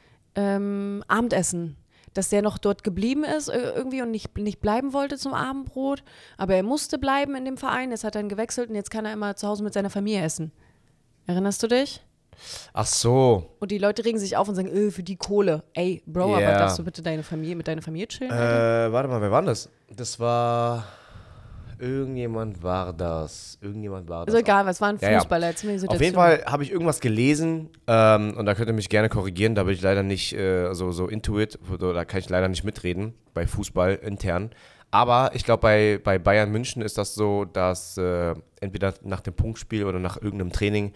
Abendessen. Dass der noch dort geblieben ist irgendwie und nicht bleiben wollte zum Abendbrot. Aber er musste bleiben in dem Verein. Jetzt hat er dann gewechselt und jetzt kann er immer zu Hause mit seiner Familie essen. Erinnerst du dich? Ach so. Und die Leute regen sich auf und sagen, für die Kohle. Ey, Bro, aber Ja. darfst du bitte mit deiner Familie chillen? Warte mal, wer war das? Das war... Irgendjemand war das. Also egal, was war ein Ja, ja. Fußballer? Jetzt mir die Auf Situation. jeden Fall habe ich irgendwas gelesen und da könnt ihr mich gerne korrigieren, da bin ich leider nicht so into it, da kann ich leider nicht mitreden bei Fußball intern. Aber ich glaube, bei Bayern München ist das so, dass entweder nach dem Punktspiel oder nach irgendeinem Training,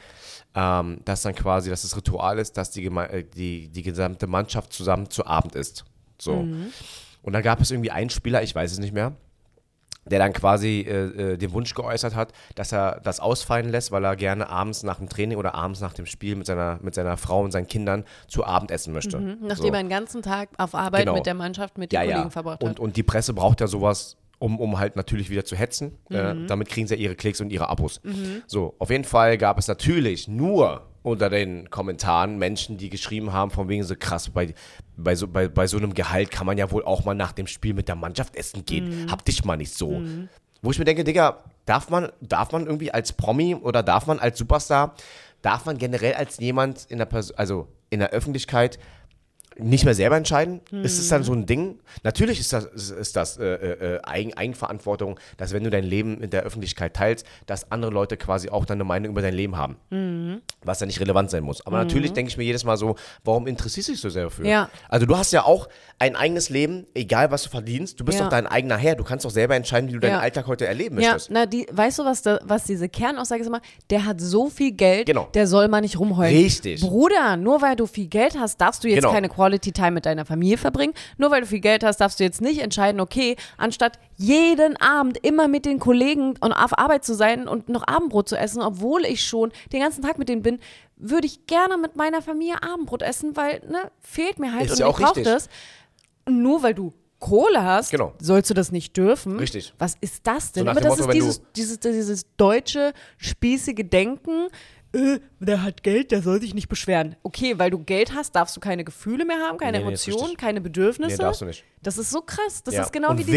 dass dann quasi, dass das Ritual ist, dass die gesamte Mannschaft zusammen zu Abend isst. So. Und da gab es irgendwie einen Spieler, ich weiß es nicht mehr, der dann quasi den Wunsch geäußert hat, dass er das ausfallen lässt, weil er gerne abends nach dem Training oder abends nach dem Spiel mit seiner Frau und seinen Kindern zu Abend essen möchte. Nachdem er den ganzen Tag auf Arbeit Genau. mit der Mannschaft, mit den Kollegen verbracht hat. Und die Presse braucht ja sowas, um halt natürlich wieder zu hetzen. Damit kriegen sie ja ihre Klicks und ihre Abos. So, auf jeden Fall gab es natürlich nur unter den Kommentaren Menschen, die geschrieben haben, von wegen so krass, bei so einem Gehalt kann man ja wohl auch mal nach dem Spiel mit der Mannschaft essen gehen. Hab dich mal nicht so. Wo ich mir denke, Digga, darf man irgendwie als Promi oder darf man als Superstar, darf man generell als jemand in der Öffentlichkeit nicht mehr selber entscheiden? Ist es dann so ein Ding? Natürlich ist das Eigenverantwortung, dass wenn du dein Leben in der Öffentlichkeit teilst, dass andere Leute quasi auch deine Meinung über dein Leben haben. Was ja nicht relevant sein muss. Aber natürlich denke ich mir jedes Mal so, warum interessierst du dich so sehr dafür? Ja. Also du hast ja auch ein eigenes Leben, egal was du verdienst, du bist Ja. doch dein eigener Herr. Du kannst doch selber entscheiden, wie du deinen Ja. Alltag heute erleben Ja, möchtest. weißt du, was diese Kernaussage ist immer? Der hat so viel Geld, Genau. der soll mal nicht rumheulen. Richtig. Bruder, nur weil du viel Geld hast, darfst du jetzt Genau. keine Quality Time mit deiner Familie verbringen. Nur weil du viel Geld hast, darfst du jetzt nicht entscheiden, okay, anstatt jeden Abend immer mit den Kollegen und auf Arbeit zu sein und noch Abendbrot zu essen, obwohl ich schon den ganzen Tag mit denen bin, würde ich gerne mit meiner Familie Abendbrot essen, weil, fehlt mir halt Ist und ja ich auch brauche richtig. das. Und nur weil du Kohle hast, Genau. sollst du das nicht dürfen. Richtig. Was ist das denn? So nach Aber dem das Motto, ist dieses deutsche, spießige Denken. der hat Geld, der soll sich nicht beschweren. Okay, weil du Geld hast, darfst du keine Gefühle mehr haben, keine Nee, ist Emotionen, richtig. keine Bedürfnisse. Nee, darfst du nicht. Das ist so krass. Das Ja. ist genau und wie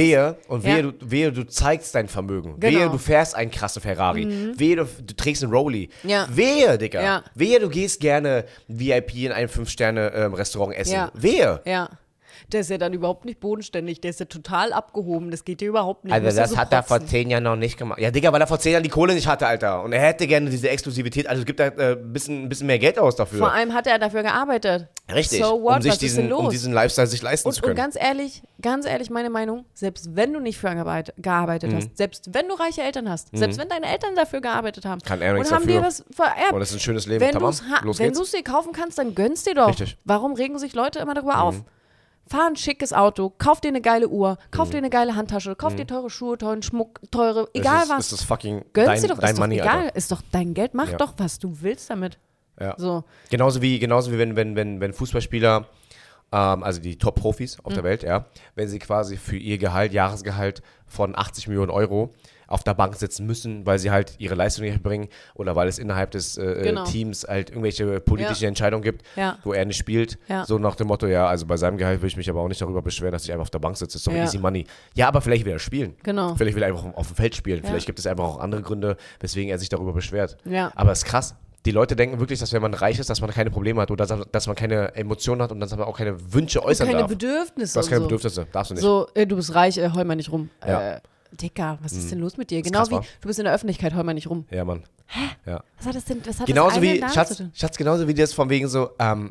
wehe, du zeigst dein Vermögen. Genau. Wehe, du fährst einen krassen Ferrari. Wehe, du trägst einen Rolli. Ja. Wehe, Digga. Ja. Wehe, du gehst gerne VIP in einem 5-Sterne-Restaurant essen. Ja. Wehe. Ja. Der ist ja dann überhaupt nicht bodenständig, der ist ja total abgehoben, das geht dir überhaupt nicht. Also Musst du das so hat er vor protzen. 10 Jahren noch nicht gemacht. Ja, Digga, weil er vor 10 Jahren die Kohle nicht hatte, Alter. Und er hätte gerne diese Exklusivität. Also gibt er ein bisschen mehr Geld aus dafür. Vor allem hat er dafür gearbeitet. Richtig. So what? Um Was ist denn los? um diesen Lifestyle sich leisten zu Und können. ganz ehrlich, meine Meinung, selbst wenn du nicht für gearbeitet hast, selbst wenn du reiche Eltern hast, selbst wenn deine Eltern dafür gearbeitet haben Kann er nichts und haben dafür. dir das vererbt, Und das ist ein schönes Leben. wenn Tamam, du los geht's. es dir kaufen kannst, dann gönnst dir doch. Richtig. Warum regen sich Leute immer darüber auf? Fahr ein schickes Auto, kauf dir eine geile Uhr, kauf dir eine geile Handtasche, kauf dir teure Schuhe, teuren Schmuck, teure, egal Es was. ist das fucking Gönnst dir doch, dein ist doch Money, egal, Alter. ist doch dein Geld, mach Ja. doch, was du willst damit. Ja. So. Genauso wie wenn Fußballspieler, also die Top-Profis auf der Welt, ja, wenn sie quasi für ihr Jahresgehalt von 80 Millionen Euro auf der Bank sitzen müssen, weil sie halt ihre Leistung nicht bringen oder weil es innerhalb des Genau. Teams halt irgendwelche politischen Entscheidungen gibt, Ja. wo er nicht spielt. Ja. So nach dem Motto, ja, also bei seinem Gehalt will ich mich aber auch nicht darüber beschweren, dass ich einfach auf der Bank sitze. Ist doch Ja. easy money. Ja, aber vielleicht will er spielen. Genau. Vielleicht will er einfach auf dem Feld spielen. Ja. Vielleicht gibt es einfach auch andere Gründe, weswegen er sich darüber beschwert. Ja. Aber es ist krass. Die Leute denken wirklich, dass wenn man reich ist, dass man keine Probleme hat oder dass man keine Emotionen hat und dass man auch keine Wünsche äußern Keine darf. Bedürfnisse. Du hast keine und so. Bedürfnisse, darfst du nicht. So, du bist reich, heul mal nicht rum. Ja. Dicker, was ist denn los mit dir? Ist Genau krass, wie, wa? du bist in der Öffentlichkeit, heul mal nicht rum. Ja, Mann. Ja. Was hat das denn, was hat Genauso das eine wie, damit Schatz, zu tun? genauso wie das von wegen so,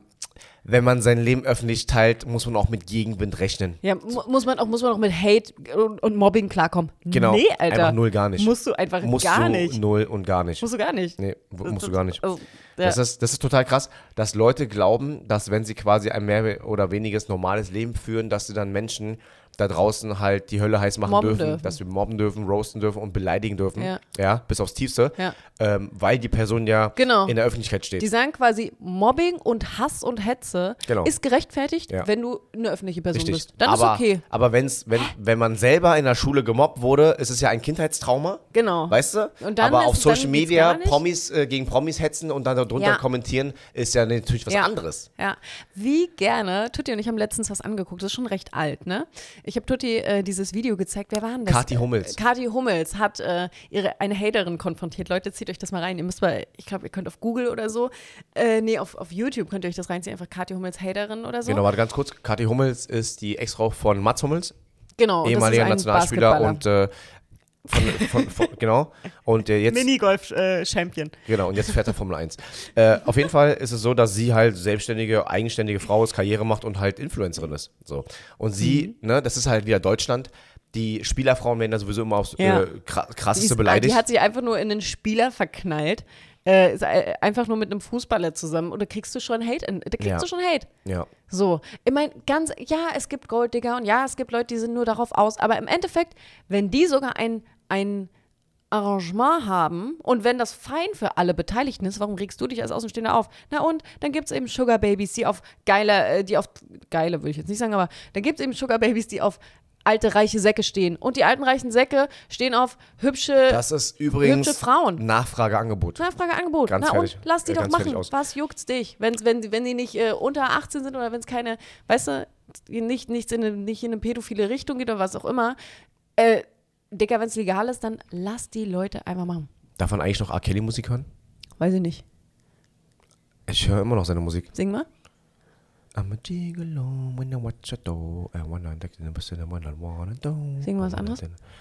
wenn man sein Leben öffentlich teilt, muss man auch mit Gegenwind rechnen. Ja, muss man auch mit Hate und Mobbing klarkommen. Genau. Nee, Alter. Einfach null gar nicht. Musst du einfach Musst gar du nicht. null und gar nicht. Musst du gar nicht. Nee, musst du gar nicht. Also, ja. Das ist total krass, dass Leute glauben, dass wenn sie quasi ein mehr oder weniges normales Leben führen, dass sie dann Menschen da draußen halt die Hölle heiß machen Mobben dürfen, dürfen. dass wir mobben dürfen, roasten dürfen und beleidigen dürfen. Ja. Bis aufs Tiefste. Ja. Weil die Person ja Genau. in der Öffentlichkeit steht. Die sagen quasi, Mobbing und Hass und Hetze Genau. ist gerechtfertigt, Ja. wenn du eine öffentliche Person Richtig. bist. Dann aber, ist okay. Aber wenn man selber in der Schule gemobbt wurde, ist es ja ein Kindheitstrauma. Genau. Weißt du? Und dann aber auf ist- dann Social geht's Media gar nicht. Promis gegen Promis hetzen und dann darunter Ja. kommentieren, ist ja natürlich was Ja. anderes. Ja, wie gerne, Tutti und ich haben letztens was angeguckt, das ist schon recht alt, ne? Ich habe Tutti dieses Video gezeigt, wer war denn das? Kathi Hummels. Kathi Hummels hat eine Haterin konfrontiert. Leute, zieht euch das mal rein. Ihr müsst mal, ich glaube, ihr könnt auf Google oder so, auf YouTube könnt ihr euch das reinziehen, einfach Kathi Hummels Haterin oder so. Genau, warte ganz kurz. Kathi Hummels ist die Ex-Frau von Mats Hummels, Genau, und ehemaliger das ist ein Nationalspieler Basketballer. und genau. Und jetzt Minigolf-Champion. Genau, und jetzt fährt er Formel 1. Auf jeden Fall ist es so, dass sie halt selbstständige, eigenständige Frau ist, Karriere macht und halt Influencerin ist. So. Und sie, ne, das ist halt wieder Deutschland. Die Spielerfrauen werden da sowieso immer aufs Ja. krasseste beleidigt. Die hat sich einfach nur in einen Spieler verknallt. Ist einfach nur mit einem Fußballer zusammen und da kriegst du schon Hate. Ja. So, ich meine, ja, es gibt Golddigger und ja, es gibt Leute, die sind nur darauf aus, aber im Endeffekt, wenn die sogar ein Arrangement haben und wenn das fein für alle Beteiligten ist, warum regst du dich als Außenstehender auf? Na und, dann gibt es eben Sugar Babys, die auf geile würde ich jetzt nicht sagen, aber dann gibt es eben Sugar Babys, die auf alte, reiche Säcke stehen. Und die alten, reichen Säcke stehen auf hübsche Das ist übrigens Frauen. Nachfrageangebot. Nachfrageangebot. Ganz Na fertig. und, lass die Ja, doch ganz fertig machen. aus. Was juckt's dich? Wenn die nicht unter 18 sind oder wenn es keine, weißt du, nicht in eine pädophile Richtung geht oder was auch immer. Dicker, wenn es legal ist, dann lass die Leute einfach machen. Darf man eigentlich noch R. Kelly Musik hören? Weiß ich nicht. Ich höre immer noch seine Musik. Sing mal. I'm a gigolo when I watch a door. I wanna take the person I wanna do. Sing mal was anderes.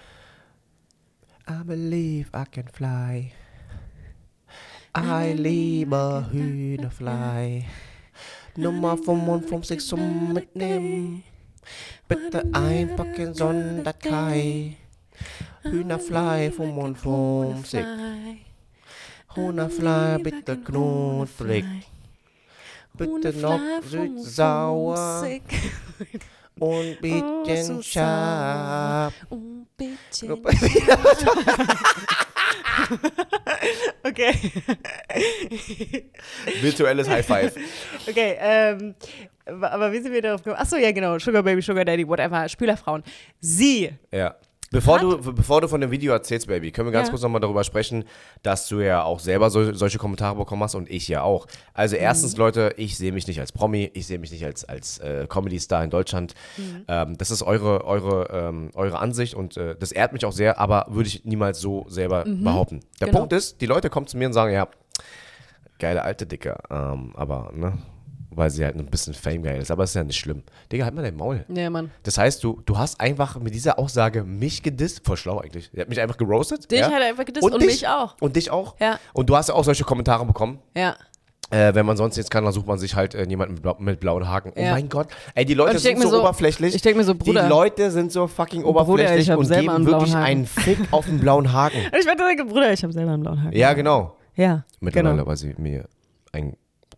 I believe I can fly. I liebe Hühnerfly. Nummer 55 zum Mitnehmen. Bitte einpacken Sonderdatei. Hühnerfly 55. Hühnerfly bitte knusprig. Bitte noch süß-sauer und bisschen scharf. Okay. Virtuelles High Five. Okay, aber wie sind wir darauf gekommen? Achso, ja genau, Sugar Baby, Sugar Daddy, whatever, Spielerfrauen. Sie Ja. Bevor du von dem Video erzählst, Baby, können wir ganz kurz nochmal darüber sprechen, dass du ja auch selber solche Kommentare bekommen hast und ich ja auch. Also erstens, Leute, ich sehe mich nicht als Promi, ich sehe mich nicht als Comedy-Star in Deutschland. Das ist eure Ansicht und das ehrt mich auch sehr, aber würde ich niemals so selber behaupten. Der Punkt ist, die Leute kommen zu mir und sagen, ja, geile alte Dicke, aber, ne, weil sie halt ein bisschen Fame geil ist, aber es ist ja nicht schlimm. Digga, halt mal dein Maul. Ja, Mann. Das heißt, du hast einfach mit dieser Aussage mich gedisst, voll schlau eigentlich. Er hat mich einfach geroastet. Dich hat er einfach gedisst und mich auch. Und dich auch. Ja. Und du hast ja auch solche Kommentare bekommen. Ja. Wenn man sonst jetzt kann, dann sucht man sich halt jemanden mit blauen Haken. Oh mein Gott. Ey, die Leute sind so oberflächlich. Ich denke mir so, Bruder. Die Leute sind so fucking oberflächlich und geben wirklich einen Fick auf den blauen Haken. Und ich werde sagen, Bruder, ich habe selber einen blauen Haken. Ja, genau. Ja. Mittlerweile, weil sie mir ein...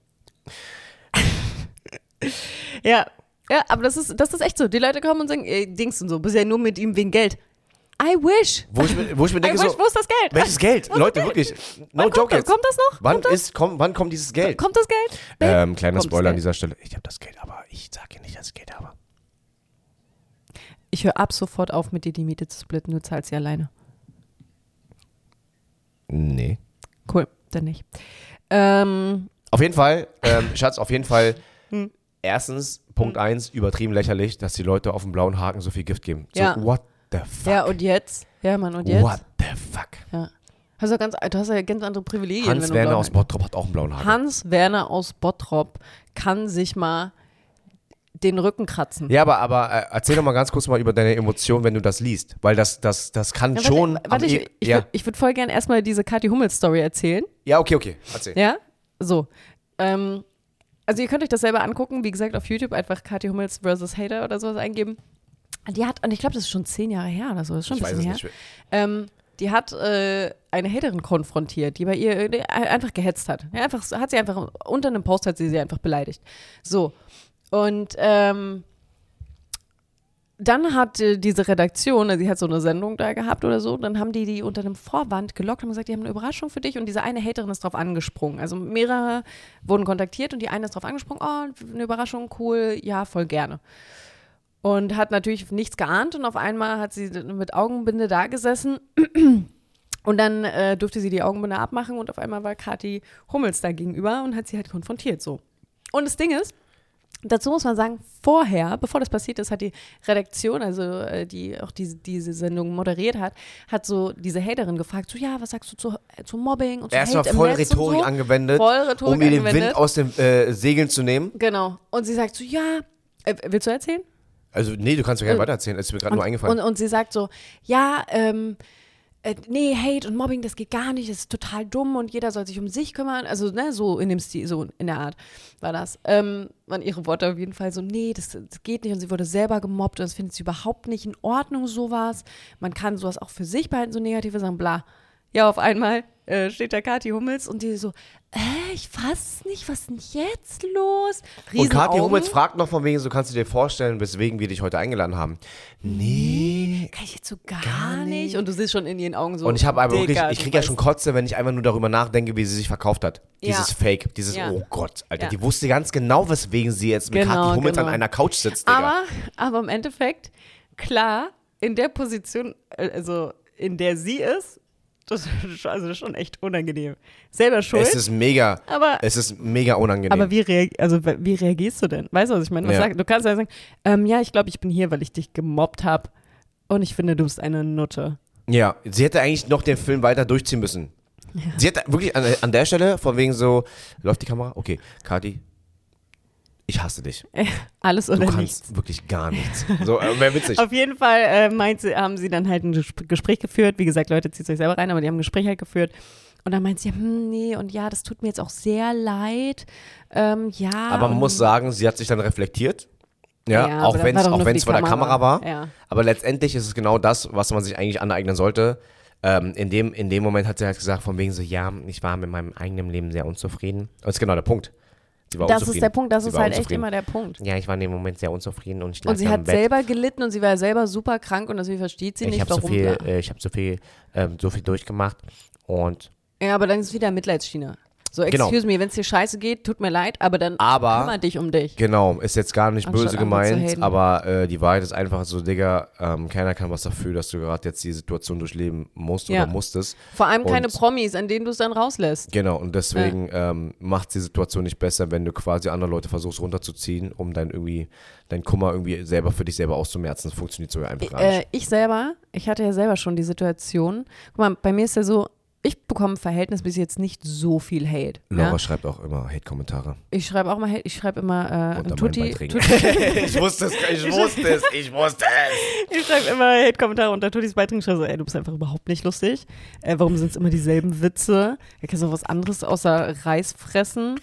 Ja, aber das ist echt so. Die Leute kommen und sagen, Dings und so, bist ja nur mit ihm wegen Geld. I wish. Wo ich mir denke so, wo ist das Geld? Welches Geld? Leute, wirklich. No joke jetzt. Kommt das noch? Wann kommt dieses Geld? Kommt das Geld? Kleiner Spoiler an dieser Stelle. Ich habe das Geld, aber ich sage ja nicht, dass ich Geld habe. Ich höre ab sofort auf, mit dir die Miete zu splitten. Du zahlst sie alleine. Nee. Cool, dann nicht. Auf jeden Fall, Schatz, erstens, Punkt 1, übertrieben lächerlich, dass die Leute auf dem blauen Haken so viel Gift geben. So, what the fuck? Ja, und jetzt? Ja, Mann, und jetzt? What the fuck? Ja. Du hast ja ganz andere Privilegien. Hans Werner aus Bottrop hat auch einen blauen Haken. Hans Werner aus Bottrop kann sich mal den Rücken kratzen. Ja, aber erzähl doch mal ganz kurz mal über deine Emotionen, wenn du das liest. Weil das kann ja, schon... Warte, ich würd voll gerne erstmal diese Kathi Hummels-Story erzählen. Ja, okay, erzähl. Ja, so. Also ihr könnt euch das selber angucken. Wie gesagt, auf YouTube einfach Kathi Hummels vs. Hater oder sowas eingeben. Die hat, und ich glaube, das ist schon 10 Jahre her oder so. Das ist schon ein bisschen her. Die hat eine Haterin konfrontiert, die bei ihr einfach gehetzt hat. Ja, hat sie einfach, unter einem Post hat sie einfach beleidigt. So. Und dann hat diese Redaktion, also sie hat so eine Sendung da gehabt oder so, dann haben die unter einem Vorwand gelockt und gesagt, die haben eine Überraschung für dich und diese eine Haterin ist drauf angesprungen. Also mehrere wurden kontaktiert und die eine ist drauf angesprungen, oh, eine Überraschung, cool, ja, voll gerne. Und hat natürlich nichts geahnt und auf einmal hat sie mit Augenbinde da gesessen und dann durfte sie die Augenbinde abmachen und auf einmal war Kathi Hummels da gegenüber und hat sie halt konfrontiert so. Und das Ding ist, dazu muss man sagen, bevor das passiert ist, hat die Redaktion, also die auch diese Sendung moderiert hat so diese Haterin gefragt, so ja, was sagst du zu Mobbing und zu Erstmal Hate voll im Netz Rhetorik und so. angewendet, um ihr den Wind aus den Segeln zu nehmen. Genau. Und sie sagt so, ja, willst du erzählen? Also nee, du kannst mir gerne weitererzählen, es ist mir gerade nur eingefallen. Und sie sagt so, ja, nee, Hate und Mobbing, das geht gar nicht, das ist total dumm und jeder soll sich um sich kümmern. Also, ne, so in dem Stil, so in der Art war das. Waren ihre Worte auf jeden Fall so, nee, das geht nicht und sie wurde selber gemobbt und das findet sie überhaupt nicht in Ordnung, sowas. Man kann sowas auch für sich behalten, so negative Sachen, bla. Ja, auf einmal steht da Kathi Hummels und die so, ich fass nicht, was ist denn jetzt los? Und Kathi Hummels fragt noch von wegen, so kannst du dir vorstellen, weswegen wir dich heute eingeladen haben. Nee. Kann ich jetzt so gar nicht. Und du siehst schon in ihren Augen so. Und ich habe aber wirklich, ich kriege ja schon Kotze, wenn ich einfach nur darüber nachdenke, wie sie sich verkauft hat. Dieses Fake, oh Gott, Alter, die wusste ganz genau, weswegen sie jetzt mit Kathi Hummels an einer Couch sitzt, Digga. Aber im Endeffekt, klar, in der Position, also in der sie ist, das ist schon echt unangenehm. Selber schuld. Es ist mega unangenehm. Aber wie reagierst du denn? Weißt du, was ich meine? Du kannst ja sagen, ja, ich glaube, ich bin hier, weil ich dich gemobbt habe und ich finde, du bist eine Nutte. Ja, sie hätte eigentlich noch den Film weiter durchziehen müssen. Ja. Sie hätte wirklich an der Stelle, von wegen so, läuft die Kamera? Okay, Kathi, ich hasse dich. Alles oder nichts. Du kannst wirklich gar nichts. So, wäre witzig. Auf jeden Fall haben sie dann halt ein Gespräch geführt. Wie gesagt, Leute, zieht euch selber rein, aber die haben ein Gespräch halt geführt. Und dann meint sie, nee, und ja, das tut mir jetzt auch sehr leid. Ja. Aber man muss sagen, sie hat sich dann reflektiert. Ja, auch wenn es vor der Kamera war. Ja. Aber letztendlich ist es genau das, was man sich eigentlich aneignen sollte. In dem Moment hat sie halt gesagt, von wegen so, ja, ich war mit meinem eigenen Leben sehr unzufrieden. Das ist genau der Punkt. Das ist der Punkt, das ist halt echt immer der Punkt. Ja, ich war in dem Moment sehr unzufrieden und ich lag und sie hat selber gelitten und sie war selber super krank und deswegen versteht sie nicht, warum. Ich habe so viel durchgemacht und... Ja, aber dann ist es wieder Mitleidsschiene. So, excuse me, wenn es dir scheiße geht, tut mir leid, aber dann kümmere dich um dich. Genau, ist jetzt gar nicht böse Anstatt andere zu gemeint, haten. aber die Wahrheit ist einfach so, Digga, keiner kann was dafür, dass du gerade jetzt die Situation durchleben musst oder musstest. Vor allem keine Und- Promis, an denen du es dann rauslässt. Genau, und deswegen macht die Situation nicht besser, wenn du quasi andere Leute versuchst runterzuziehen, um dann irgendwie deinen Kummer irgendwie selber für dich selber auszumerzen. Das funktioniert so einfach gar nicht. Ich hatte ja selber schon die Situation, guck mal, bei mir ist ja so, ich bekomme im Verhältnis bis jetzt nicht so viel Hate. Laura Ja? schreibt auch immer Hate-Kommentare. Ich schreibe auch mal Hate, ich schreibe immer Unter meinen Tutti. Beiträgen. Ich wusste es. Ich Ich schreibe immer Hate-Kommentare unter Tuttis Beiträgen. Ich schreibe so, ey, du bist einfach überhaupt nicht lustig. Warum sind es immer dieselben Witze? Da kannst du auch was anderes außer Reis fressen.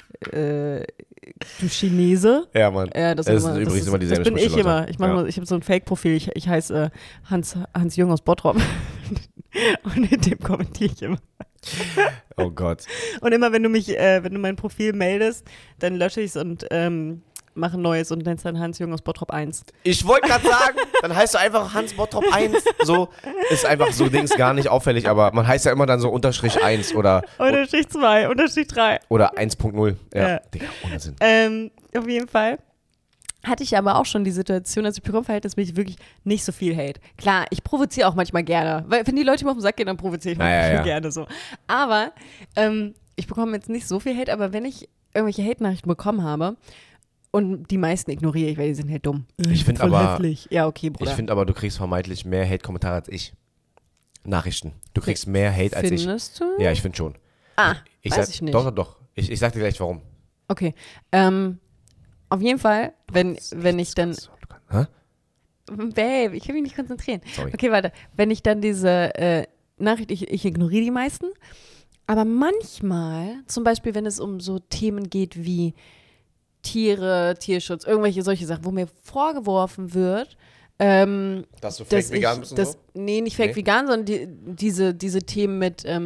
Du Chinese. Ja, Mann. Ja, das Es ist sind übrigens immer dieselben Das bin ich Sprüche, immer. Leute. Ich, Ja. ich habe so ein Fake-Profil. Ich heiße Hans Jung aus Bottrop. Und in dem kommentiere ich immer. Oh Gott. Und immer, wenn du mein Profil meldest, dann lösche ich es und mache ein neues und nennst dann Hans Jung aus Bottrop 1. Ich wollte gerade sagen, dann heißt du einfach Hans Bottrop 1. So ist einfach so Dings gar nicht auffällig, aber man heißt ja immer dann so Unterstrich 1 oder Unterstrich 2, Unterstrich 3. 1.0. Ja, Ja. Digga, ohne Sinn. Auf jeden Fall hatte ich aber auch schon die Situation, also ich bekomme Verhältnismäßig wirklich nicht so viel Hate. Klar, ich provoziere auch manchmal gerne, weil wenn die Leute mir auf den Sack gehen, dann provoziere ich manchmal gerne so. Aber ich bekomme jetzt nicht so viel Hate, aber wenn ich irgendwelche Hate-Nachrichten bekommen habe und die meisten ignoriere ich, weil die sind halt dumm. Ich finde Voll aber, hässlich. Ja, okay, Bruder. ich find aber, du kriegst vermeintlich mehr Hate-Kommentare als ich. Nachrichten. Du kriegst mehr Hate als ich. Findest du? Ja, ich finde schon. Weiß sag, ich nicht. Doch. Ich sag dir gleich warum. Okay. Auf jeden Fall, wenn ich dann Hä? Babe, ich kann mich nicht konzentrieren. Sorry. Okay, warte. Wenn ich dann diese Nachricht, ich ignoriere die meisten, aber manchmal, zum Beispiel, wenn es um so Themen geht wie Tiere, Tierschutz, irgendwelche solche Sachen, wo mir vorgeworfen wird, Dass du fake vegan bist und so? Nee, nicht fake Nee? vegan, sondern diese Themen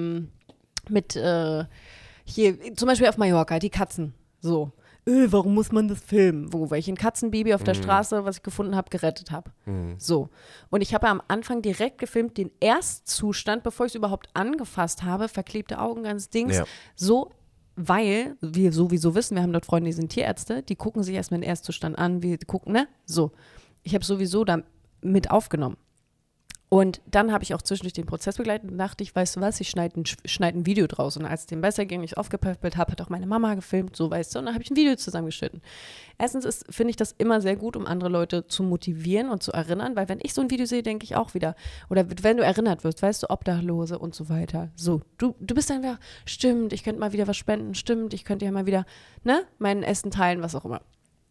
mit hier, zum Beispiel auf Mallorca, die Katzen. So. Warum muss man das filmen? Weil ich ein Katzenbaby auf der Straße, was ich gefunden habe, gerettet habe. So. Und ich habe am Anfang direkt gefilmt, den Erstzustand, bevor ich es überhaupt angefasst habe, verklebte Augen, ganz Dings. Ja. So, weil wir sowieso wissen, wir haben dort Freunde, die sind Tierärzte, die gucken sich erstmal den Erstzustand an, wir gucken, ne? So. Ich habe sowieso da mit aufgenommen. Und dann habe ich auch zwischendurch den Prozess begleitet und dachte ich, weißt du was, ich schneide ein Video draus. Und als es dem besser ging, ich aufgepäppelt habe, hat auch meine Mama gefilmt, so weißt du, und dann habe ich ein Video zusammengeschnitten. Erstens finde ich das immer sehr gut, um andere Leute zu motivieren und zu erinnern, weil wenn ich so ein Video sehe, denke ich auch wieder, oder wenn du erinnert wirst, weißt du, Obdachlose und so weiter. So, du bist dann wieder, stimmt, ich könnte mal wieder was spenden, stimmt, ich könnte ja mal wieder, ne, mein Essen teilen, was auch immer.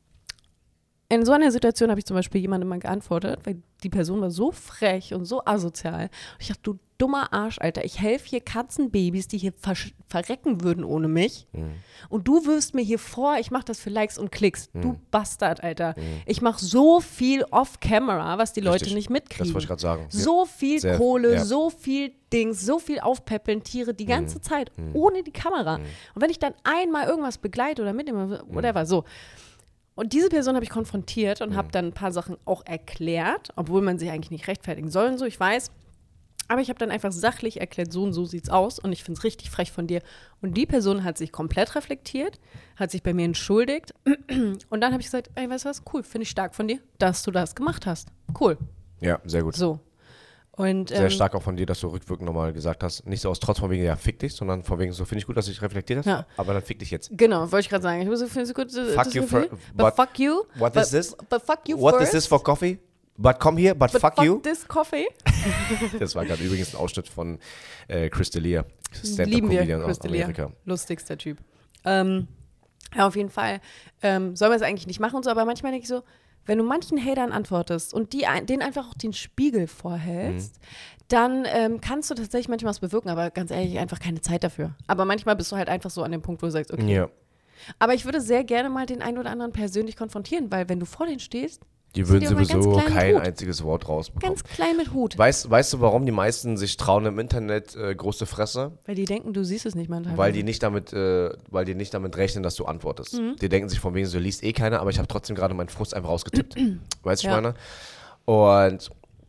In so einer Situation habe ich zum Beispiel jemandem mal geantwortet, weil die Person war so frech und so asozial. Und ich dachte, du dummer Arsch, Alter, ich helfe hier Katzenbabys, die hier verrecken würden ohne mich. Und du wirfst mir hier vor, ich mache das für Likes und Klicks. Du Bastard, Alter. Ich mache so viel off-camera, was die Leute Richtig. nicht mitkriegen. Das wollte ich gerade sagen. So viel Sehr, Kohle, ja. so viel Dings, so viel aufpäppeln, Tiere die ganze Zeit, ohne die Kamera. Und wenn ich dann einmal irgendwas begleite oder mitnehme, whatever, so. Und diese Person habe ich konfrontiert und habe dann ein paar Sachen auch erklärt, obwohl man sich eigentlich nicht rechtfertigen soll und so, ich weiß. Aber ich habe dann einfach sachlich erklärt, so und so sieht's aus und ich finde es richtig frech von dir. Und die Person hat sich komplett reflektiert, hat sich bei mir entschuldigt und dann habe ich gesagt, ey, weißt du was, cool, finde ich stark von dir, dass du das gemacht hast. Cool, Ja, sehr gut. so. Und, Sehr stark auch von dir, dass du rückwirkend nochmal gesagt hast, nicht so aus Trotz von wegen, ja, fick dich, sondern von wegen, so finde ich gut, dass du dich reflektiert hast, Ja. aber dann fick dich jetzt. Genau, wollte ich gerade sagen. Ich finde es gut. Fuck you for- but but fuck you. what but, is this? But fuck you What first. is this for coffee? But come here, but fuck you. this coffee. Das war gerade übrigens ein Ausschnitt von Chris D'Elia, Lieben wir Stand-Up-Comedian aus Chris D'Elia. Amerika. Lustigster Typ. Ja, auf jeden Fall. Soll man es eigentlich nicht machen und so, aber manchmal denke ich so, wenn du manchen Hatern antwortest und denen einfach auch den Spiegel vorhältst, dann kannst du tatsächlich manchmal was bewirken, aber ganz ehrlich, einfach keine Zeit dafür. Aber manchmal bist du halt einfach so an dem Punkt, wo du sagst, okay. Ja. Aber ich würde sehr gerne mal den einen oder anderen persönlich konfrontieren, weil wenn du vor denen stehst, Die sind würden die auch mal sowieso ganz klein mit kein Hut. einziges Wort rausbekommen. Ganz klein mit Hut. Weißt du, warum die meisten sich trauen im Internet große Fresse? Weil die denken, du siehst es nicht manchmal. Weil die nicht damit rechnen, dass du antwortest. Mhm. Die denken sich von wegen, so liest eh keiner, aber ich habe trotzdem gerade meinen Frust einfach rausgetippt. Weißt du, Ja. ich meine? Und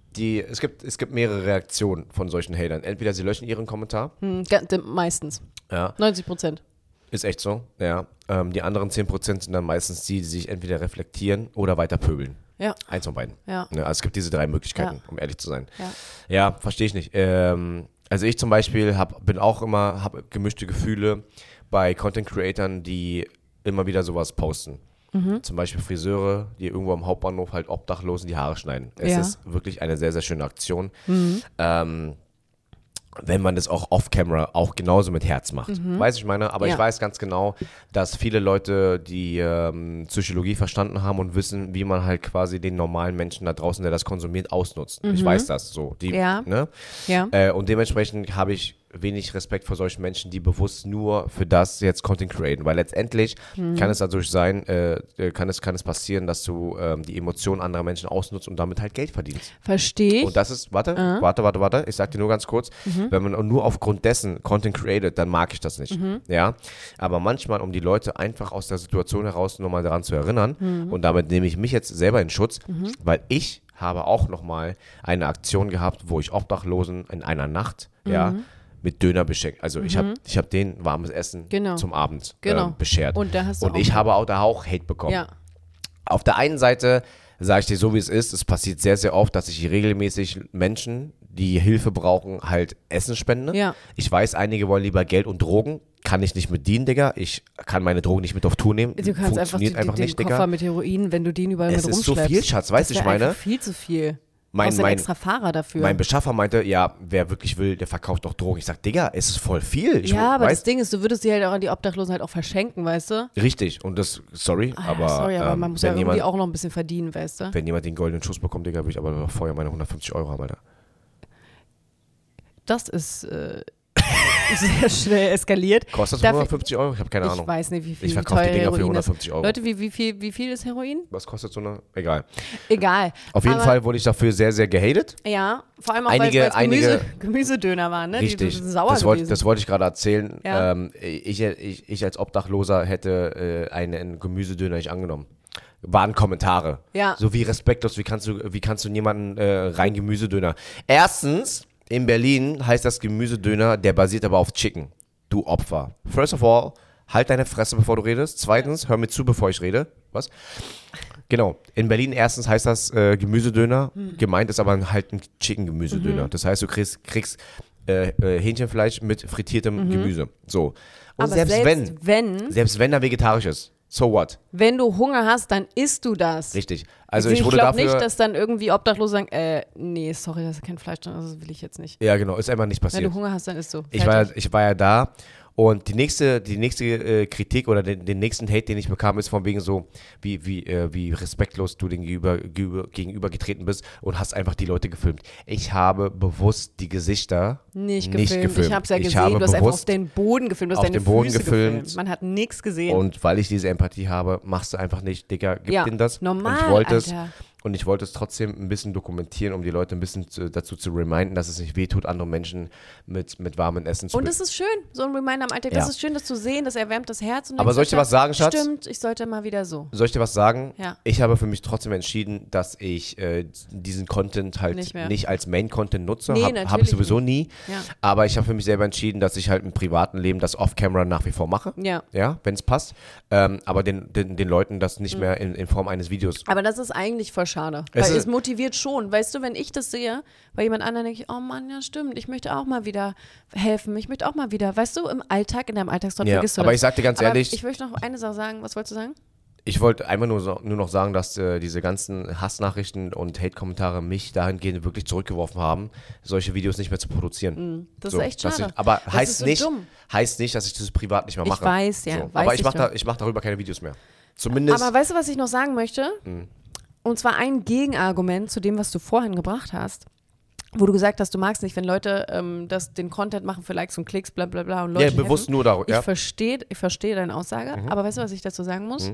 Es gibt mehrere Reaktionen von solchen Hatern. Entweder sie löschen ihren Kommentar. Meistens. Ja. 90%. Ist echt so, ja. Die anderen 10% sind dann meistens die sich entweder reflektieren oder weiter pöbeln. Ja. Eins von beiden. Ja. Also es gibt diese 3 Möglichkeiten, um ehrlich zu sein. Ja. Ja, verstehe ich nicht. Also ich zum Beispiel habe gemischte Gefühle bei Content-Creatern, die immer wieder sowas posten. Zum Beispiel Friseure, die irgendwo am Hauptbahnhof halt Obdachlosen die Haare schneiden. Es ist wirklich eine sehr, sehr schöne Aktion. Wenn man das auch off-camera auch genauso mit Herz macht. Weiß ich meine? Aber ich weiß ganz genau, dass viele Leute die Psychologie verstanden haben und wissen, wie man halt quasi den normalen Menschen da draußen, der das konsumiert, ausnutzt. Ich weiß das so. Ne? Und dementsprechend habe ich wenig Respekt vor solchen Menschen, die bewusst nur für das jetzt Content createn, weil letztendlich kann es dadurch sein, kann es passieren, dass du die Emotionen anderer Menschen ausnutzt und damit halt Geld verdienst. Verstehe ich. Und das ist, warte, ich sag dir nur ganz kurz, wenn man nur aufgrund dessen Content created, dann mag ich das nicht. Ja, aber manchmal, um die Leute einfach aus der Situation heraus nochmal daran zu erinnern, und damit nehme ich mich jetzt selber in Schutz, weil ich habe auch nochmal eine Aktion gehabt, wo ich Obdachlosen in einer Nacht, mit Döner beschenkt. Also ich hab denen warmes Essen zum Abend beschert. Und ich habe da auch Hate bekommen. Ja. Auf der einen Seite sage ich dir so, wie es ist, es passiert sehr, sehr oft, dass ich regelmäßig Menschen, die Hilfe brauchen, halt Essen spende. Ja. Ich weiß, einige wollen lieber Geld und Drogen. Kann ich nicht mit dienen, Digga. Ich kann meine Drogen nicht mit auf Tour nehmen. Du kannst einfach den nicht, Koffer Digga. mit Heroin, wenn du den überall mit rumschleppst. Es ist so viel, Schatz, weißt du, ich meine? Viel zu viel. Mein extra Fahrer dafür. Mein Beschaffer meinte, ja, wer wirklich will, der verkauft doch Drogen. Ich sag, Digga, es ist voll viel. Aber das Ding ist, du würdest die halt auch an die Obdachlosen halt auch verschenken, weißt du? Richtig. Und das, aber man muss ja irgendwie auch noch ein bisschen verdienen, weißt du? Wenn jemand den goldenen Schuss bekommt, Digga, will ich aber noch vorher meine 150 Euro haben, Alter. Das ist sehr schnell eskaliert. Kostet das 150 Euro? Ich habe keine Ahnung. Ich weiß nicht, wie viel. Ich verkaufe die Dinger für 150 Euro. Leute, wie viel ist Heroin? Was kostet so eine? Egal. Auf jeden Fall wurde ich dafür sehr, sehr gehatet. Ja, vor allem auch, weil es Gemüsedöner waren, ne? Richtig. Die sind sauer gewesen. Das wollte ich gerade erzählen. Ja. Ich als Obdachloser hätte einen Gemüsedöner nicht angenommen. Waren Kommentare. Ja. So wie respektlos, wie kannst du jemanden rein Gemüsedöner? Erstens, in Berlin heißt das Gemüsedöner, der basiert aber auf Chicken. Du Opfer. First of all, halt deine Fresse, bevor du redest. Zweitens, hör mir zu, bevor ich rede. Was? Genau. In Berlin erstens heißt das Gemüsedöner. Gemeint ist aber halt ein Chicken-Gemüsedöner. Das heißt, du kriegst Hähnchenfleisch mit frittiertem Gemüse. So. Und aber selbst wenn er vegetarisch ist, so what? Wenn du Hunger hast, dann isst du das. Richtig. Also ich glaube nicht, dass dann irgendwie Obdachlose sagen, nee, sorry, das ist kein Fleisch drin, das will ich jetzt nicht. Ja, genau, ist einfach nicht passiert. Wenn du Hunger hast, dann isst du. Ich war ja da und die nächste Kritik oder den nächsten Hate, den ich bekam, ist von wegen so, wie respektlos du den gegenüber getreten bist und hast einfach die Leute gefilmt. Ich habe bewusst die Gesichter nicht gefilmt. Ich habe es ja gesehen, du hast einfach auf den Boden gefilmt, du hast deine Füße gefilmt. Man hat nichts gesehen. Und weil ich diese Empathie habe, machst du einfach nicht, Digga, gib denen das. Normal, Und ich wollte es trotzdem ein bisschen dokumentieren, um die Leute ein bisschen dazu zu reminden, dass es nicht wehtut, andere Menschen mit warmem Essen zu Und es ist schön, so ein Reminder am Alltag. Das ist schön, das zu sehen, das erwärmt das Herz. Und aber soll ich dir was sagen, Schatz? Stimmt, ich sollte mal wieder so. Soll ich dir was sagen? Ja. Ich habe für mich trotzdem entschieden, dass ich diesen Content halt nicht als Main-Content nutze. Habe ich sowieso nie. Ja. Aber ich habe für mich selber entschieden, dass ich halt im privaten Leben das Off-Camera nach wie vor mache. Ja. Ja, wenn es passt. Aber den Leuten das nicht mehr in Form eines Videos. Aber das ist eigentlich voll schade. Weil es motiviert schon. Weißt du, wenn ich das sehe, bei jemand anderem denke ich, oh Mann, ja stimmt, ich möchte auch mal wieder helfen. Ich möchte auch mal wieder, weißt du, im Alltag, in deinem Alltagstrott vergisst du das. Aber ich sag dir ganz ehrlich. Ich möchte noch eine Sache sagen. Was wolltest du sagen? Ich wollte einfach nur noch sagen, dass diese ganzen Hassnachrichten und Hate-Kommentare mich dahingehend wirklich zurückgeworfen haben, solche Videos nicht mehr zu produzieren. Das ist echt schade. Aber heißt nicht, dass ich das privat nicht mehr mache. Ich weiß, ja. So. Aber ich mach darüber keine Videos mehr. Zumindest. Aber weißt du, was ich noch sagen möchte? Und zwar ein Gegenargument zu dem, was du vorhin gebracht hast, wo du gesagt hast, du magst nicht, wenn Leute den Content machen für Likes und Klicks, bla bla bla und Leute bewusst helfen. nur darüber. Ja. Ich verstehe deine Aussage, aber weißt du, was ich dazu sagen muss?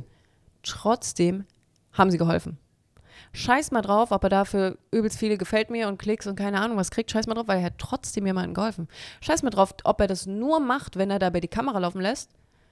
Trotzdem haben sie geholfen. Scheiß mal drauf, ob er dafür übelst viele gefällt mir und Klicks und keine Ahnung was kriegt. Scheiß mal drauf, weil er hat trotzdem jemandem geholfen. Scheiß mal drauf, ob er das nur macht, wenn er dabei die Kamera laufen lässt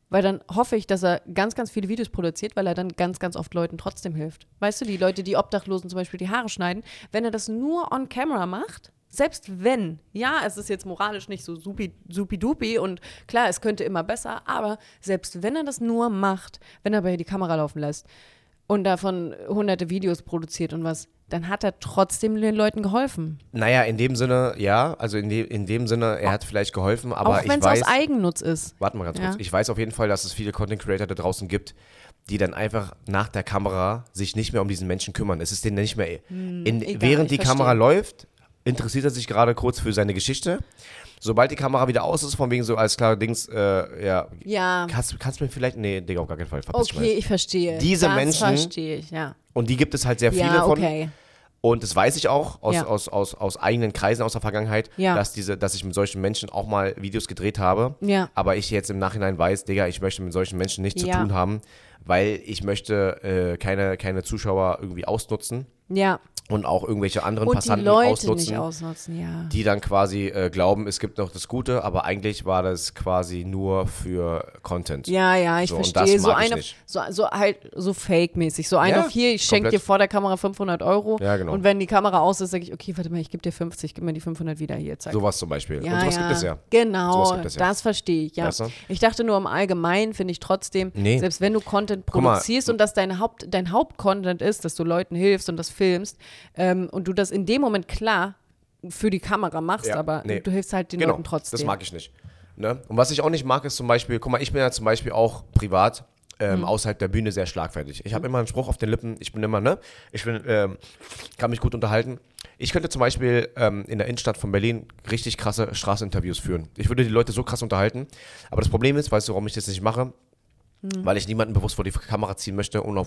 Weil dann hoffe ich, dass er ganz, ganz viele Videos produziert, weil er dann ganz, ganz oft Leuten trotzdem hilft. Weißt du, die Leute, die Obdachlosen zum Beispiel die Haare schneiden, wenn er das nur on camera macht, selbst wenn, ja, es ist jetzt moralisch nicht so supi-dupi und klar, es könnte immer besser, aber selbst wenn er das nur macht, wenn er aber die Kamera laufen lässt und davon hunderte Videos produziert und was, dann hat er trotzdem den Leuten geholfen. Naja, in dem Sinne, ja, also in dem Sinne, er hat vielleicht geholfen, aber auch wenn es aus Eigennutz ist. Warte mal ganz kurz. Ich weiß auf jeden Fall, dass es viele Content Creator da draußen gibt, die dann einfach nach der Kamera sich nicht mehr um diesen Menschen kümmern. Es ist denen nicht mehr, während die Kamera läuft, interessiert er sich gerade kurz für seine Geschichte. Sobald die Kamera wieder aus ist, von wegen so als klare Dings, Ja. Kannst du mir vielleicht, nee, Digga, auf gar keinen Fall. Verpiss Okay, ich verstehe. Diese das Menschen, verstehe ich, ja. und die gibt es halt sehr viele Ja, von. okay. Und das weiß ich auch aus, Ja. aus eigenen Kreisen aus der Vergangenheit, Ja. dass ich mit solchen Menschen auch mal Videos gedreht habe. Ja. Aber ich jetzt im Nachhinein weiß, Digga, ich möchte mit solchen Menschen nichts zu Ja. tun haben, weil ich möchte keine Zuschauer irgendwie ausnutzen Ja. und auch irgendwelche anderen Und die Passanten Leute ausnutzen, nicht ausnutzen, ja. die dann quasi glauben, es gibt noch das Gute, aber eigentlich war das quasi nur für Content. Ja, ich So, und verstehe. das mag ich nicht. So halt so fake-mäßig. So ein Ja, auf hier, ich schenke komplett. dir vor der Kamera 500 Euro. Ja, genau. Und wenn die Kamera aus ist, sage ich, okay, warte mal, ich gebe dir 50, gib mir die 500 wieder hier. Zack. Sowas zum Beispiel. Ja, und sowas gibt es ja. Genau, Sowas gibt es ja. das verstehe ich, ja. Weißt du? Ich dachte nur im Allgemeinen, finde ich trotzdem, Nee. selbst wenn du Content Guck mal. produzierst und das dein Hauptcontent ist, dass du Leuten hilfst und das filmst und du das in dem Moment klar für die Kamera machst, Ja, aber nee. du hilfst halt den Genau, Leuten trotzdem. das mag ich nicht. Ne? Und was ich auch nicht mag, ist zum Beispiel, guck mal, ich bin ja zum Beispiel auch privat außerhalb der Bühne sehr schlagfertig. Ich habe immer einen Spruch auf den Lippen, ich bin immer, kann mich gut unterhalten. Ich könnte zum Beispiel in der Innenstadt von Berlin richtig krasse Straßeninterviews führen. Ich würde die Leute so krass unterhalten. Aber das Problem ist, weißt du, warum ich das nicht mache? Weil ich niemanden bewusst vor die Kamera ziehen möchte und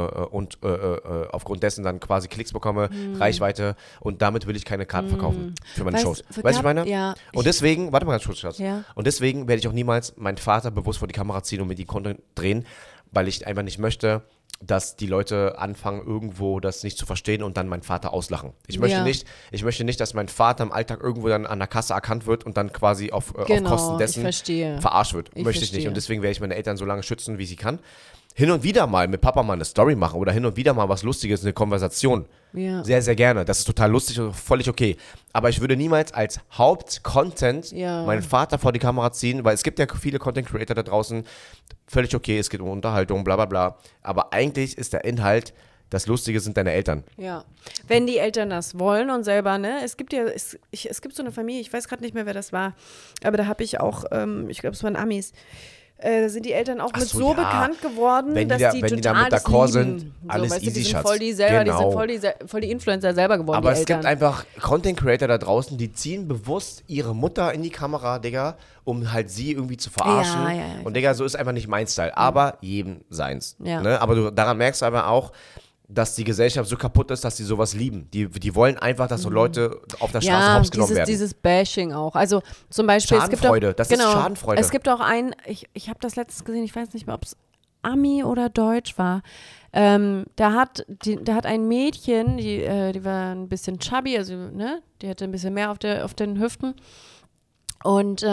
aufgrund dessen dann quasi Klicks bekomme, Reichweite, und damit will ich keine Karten verkaufen für meine Shows. Weißt du, was ich meine? Ja. Und deswegen, warte mal ganz kurz, Schatz. Ja. Und deswegen werde ich auch niemals meinen Vater bewusst vor die Kamera ziehen und mit ihm Content drehen, weil ich einfach nicht möchte, dass die Leute anfangen, irgendwo das nicht zu verstehen und dann meinen Vater auslachen. Ich möchte nicht, dass mein Vater im Alltag irgendwo dann an der Kasse erkannt wird und dann quasi auf Kosten dessen verarscht wird. Möchte ich nicht. Und deswegen werde ich meine Eltern so lange schützen, wie sie kann. Hin und wieder mal mit Papa mal eine Story machen oder hin und wieder mal was Lustiges, eine Konversation. Ja. Sehr, sehr gerne. Das ist total lustig und völlig okay. Aber ich würde niemals als Hauptcontent meinen Vater vor die Kamera ziehen, weil es gibt ja viele Content Creator da draußen. Völlig okay, es geht um Unterhaltung, bla bla bla. Aber eigentlich ist der Inhalt, das Lustige sind deine Eltern. Ja, wenn die Eltern das wollen und selber, ne, es gibt so eine Familie, ich weiß gerade nicht mehr, wer das war, aber da habe ich auch, ich glaube, es waren Amis, sind die Eltern auch bekannt geworden, wenn dass die total da mit das d'accord lieben. sind, alles weißt du, easy, die sind Schatz. voll die selber, Genau. die sind voll die Influencer selber geworden, Aber die es gibt Eltern. einfach Content Creator da draußen, die ziehen bewusst ihre Mutter in die Kamera, Digga, um halt sie irgendwie zu verarschen. Ja, und Digga, so ist einfach nicht mein Style. Aber jedem seins. Ja. Ne? Aber daran merkst du aber auch, dass die Gesellschaft so kaputt ist, dass sie sowas lieben. Die wollen einfach, dass so Leute auf der Straße hops genommen werden. Dieses Bashing auch. Also zum Beispiel, Schadenfreude, das ist Schadenfreude. Es gibt auch einen, ich habe das letztens gesehen, ich weiß nicht mehr, ob es Ami oder Deutsch war. Da hat ein Mädchen, die war ein bisschen chubby, also ne, die hatte ein bisschen mehr auf den Hüften. Und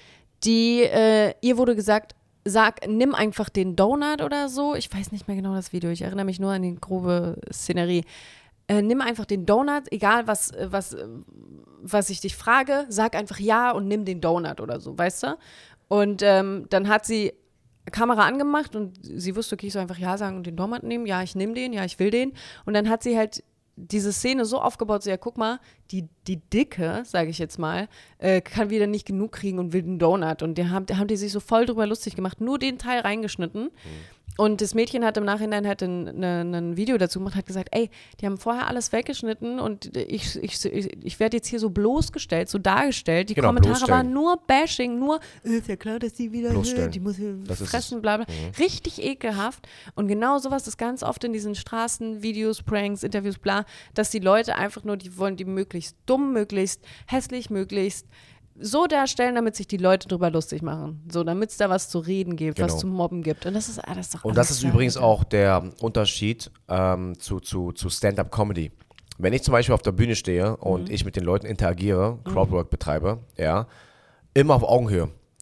ihr wurde gesagt, nimm einfach den Donut oder so. Ich weiß nicht mehr genau das Video, ich erinnere mich nur an die grobe Szenerie. Nimm einfach den Donut, egal was ich dich frage, sag einfach ja und nimm den Donut oder so, weißt du? Und dann hat sie Kamera angemacht und sie wusste, okay, ich soll einfach ja sagen und den Donut nehmen. Ja, ich nehme den, ja, ich will den. Und dann hat sie halt diese Szene so aufgebaut, so ja, guck mal, die Dicke, sage ich jetzt mal, kann wieder nicht genug kriegen und will den Donut. Und da haben die sich so voll drüber lustig gemacht, nur den Teil reingeschnitten. Und das Mädchen hat im Nachhinein halt ein Video dazu gemacht, hat gesagt, ey, die haben vorher alles weggeschnitten und ich werde jetzt hier so bloßgestellt, so dargestellt. Die Kommentare waren nur Bashing, nur, ist ja klar, dass die wieder, die muss hier fressen, bla bla. Richtig ekelhaft. Und genau sowas ist ganz oft in diesen Straßenvideos, Pranks, Interviews, bla, dass die Leute einfach nur, die wollen die möglichst dumm, möglichst hässlich, möglichst so darstellen, damit sich die Leute drüber lustig machen. So, damit es da was zu reden gibt, was zu mobben gibt. Und das ist doch Und das ist übrigens auch der Unterschied zu Stand-Up-Comedy. Wenn ich zum Beispiel auf der Bühne stehe und ich mit den Leuten interagiere, Crowdwork betreibe, ja, immer auf Augenhöhe.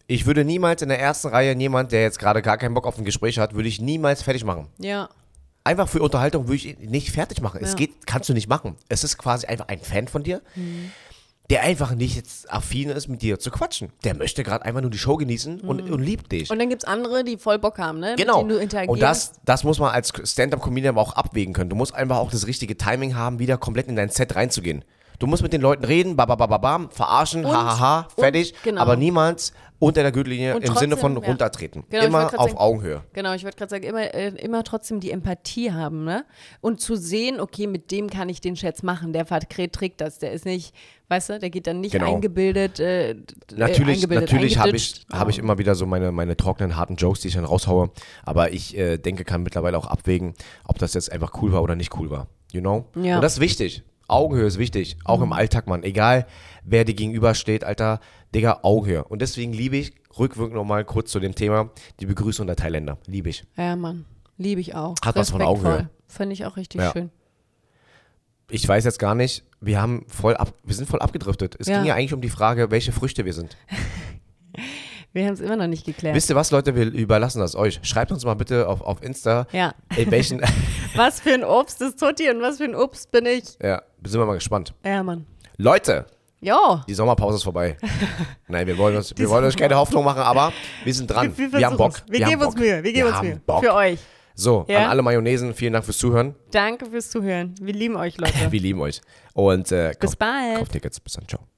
Ich würde niemals in der ersten Reihe jemand, der jetzt gerade gar keinen Bock auf ein Gespräch hat, würde ich niemals fertig machen. Ja. Einfach für Unterhaltung würde ich ihn nicht fertig machen. Es geht, kannst du nicht machen. Es ist quasi einfach ein Fan von dir, der einfach nicht jetzt affin ist, mit dir zu quatschen. Der möchte gerade einfach nur die Show genießen und liebt dich. Und dann gibt es andere, die voll Bock haben, ne? Genau. Mit denen du Und interagierst. das muss man als Stand-Up-Comedian aber auch abwägen können. Du musst einfach auch das richtige Timing haben, wieder komplett in dein Set reinzugehen. Du musst mit den Leuten reden, babababam, verarschen, hahaha, fertig, genau. aber niemals unter der Gürtellinie Und im Sinne trotzdem, von ja. runtertreten. Genau, ich wollte Immer grad auf sagen- Augenhöhe. Genau, ich würde gerade sagen, immer trotzdem die Empathie haben, ne? Und zu sehen, okay, mit dem kann ich den Scherz machen, der trägt das, der ist nicht, weißt du, der geht dann nicht Genau. eingebildet. Natürlich habe eingeditscht. ich immer wieder so meine trockenen, harten Jokes, die ich dann raushaue. Aber ich denke, kann mittlerweile auch abwägen, ob das jetzt einfach cool war oder nicht cool war. You know? Ja. Und das ist wichtig. Augenhöhe ist wichtig. Auch im Alltag, Mann. Egal, wer dir gegenübersteht, Alter. Digga, Augenhöhe. Und deswegen liebe ich, rückwirkend nochmal kurz zu dem Thema, die Begrüßung der Thailänder. Liebe ich. Ja, Mann, liebe ich auch. Hat was von Respektvoll. Augenhöhe. Finde ich auch richtig Ja. schön. Ich weiß jetzt gar nicht, wir sind voll abgedriftet. Es Ja. ging ja eigentlich um die Frage, welche Früchte wir sind. Wir haben es immer noch nicht geklärt. Wisst ihr was, Leute? Wir überlassen das euch. Schreibt uns mal bitte auf Insta, Ja. in welchen. Was für ein Obst ist Tutti und was für ein Obst bin ich? Ja, sind wir mal gespannt. Ja, Mann. Leute, Ja. die Sommerpause ist vorbei. Nein, wir wollen euch keine Hoffnung machen, aber wir sind dran. Wir haben Bock. Wir geben uns Bock. Mühe. Wir geben uns haben Mühe. Bock. Für euch. So, Ja? an alle Mayonnaisen, vielen Dank fürs Zuhören. Danke fürs Zuhören. Wir lieben euch, Leute. Wir lieben euch. Und Bis bald. kauft Tickets. Bis dann. Ciao.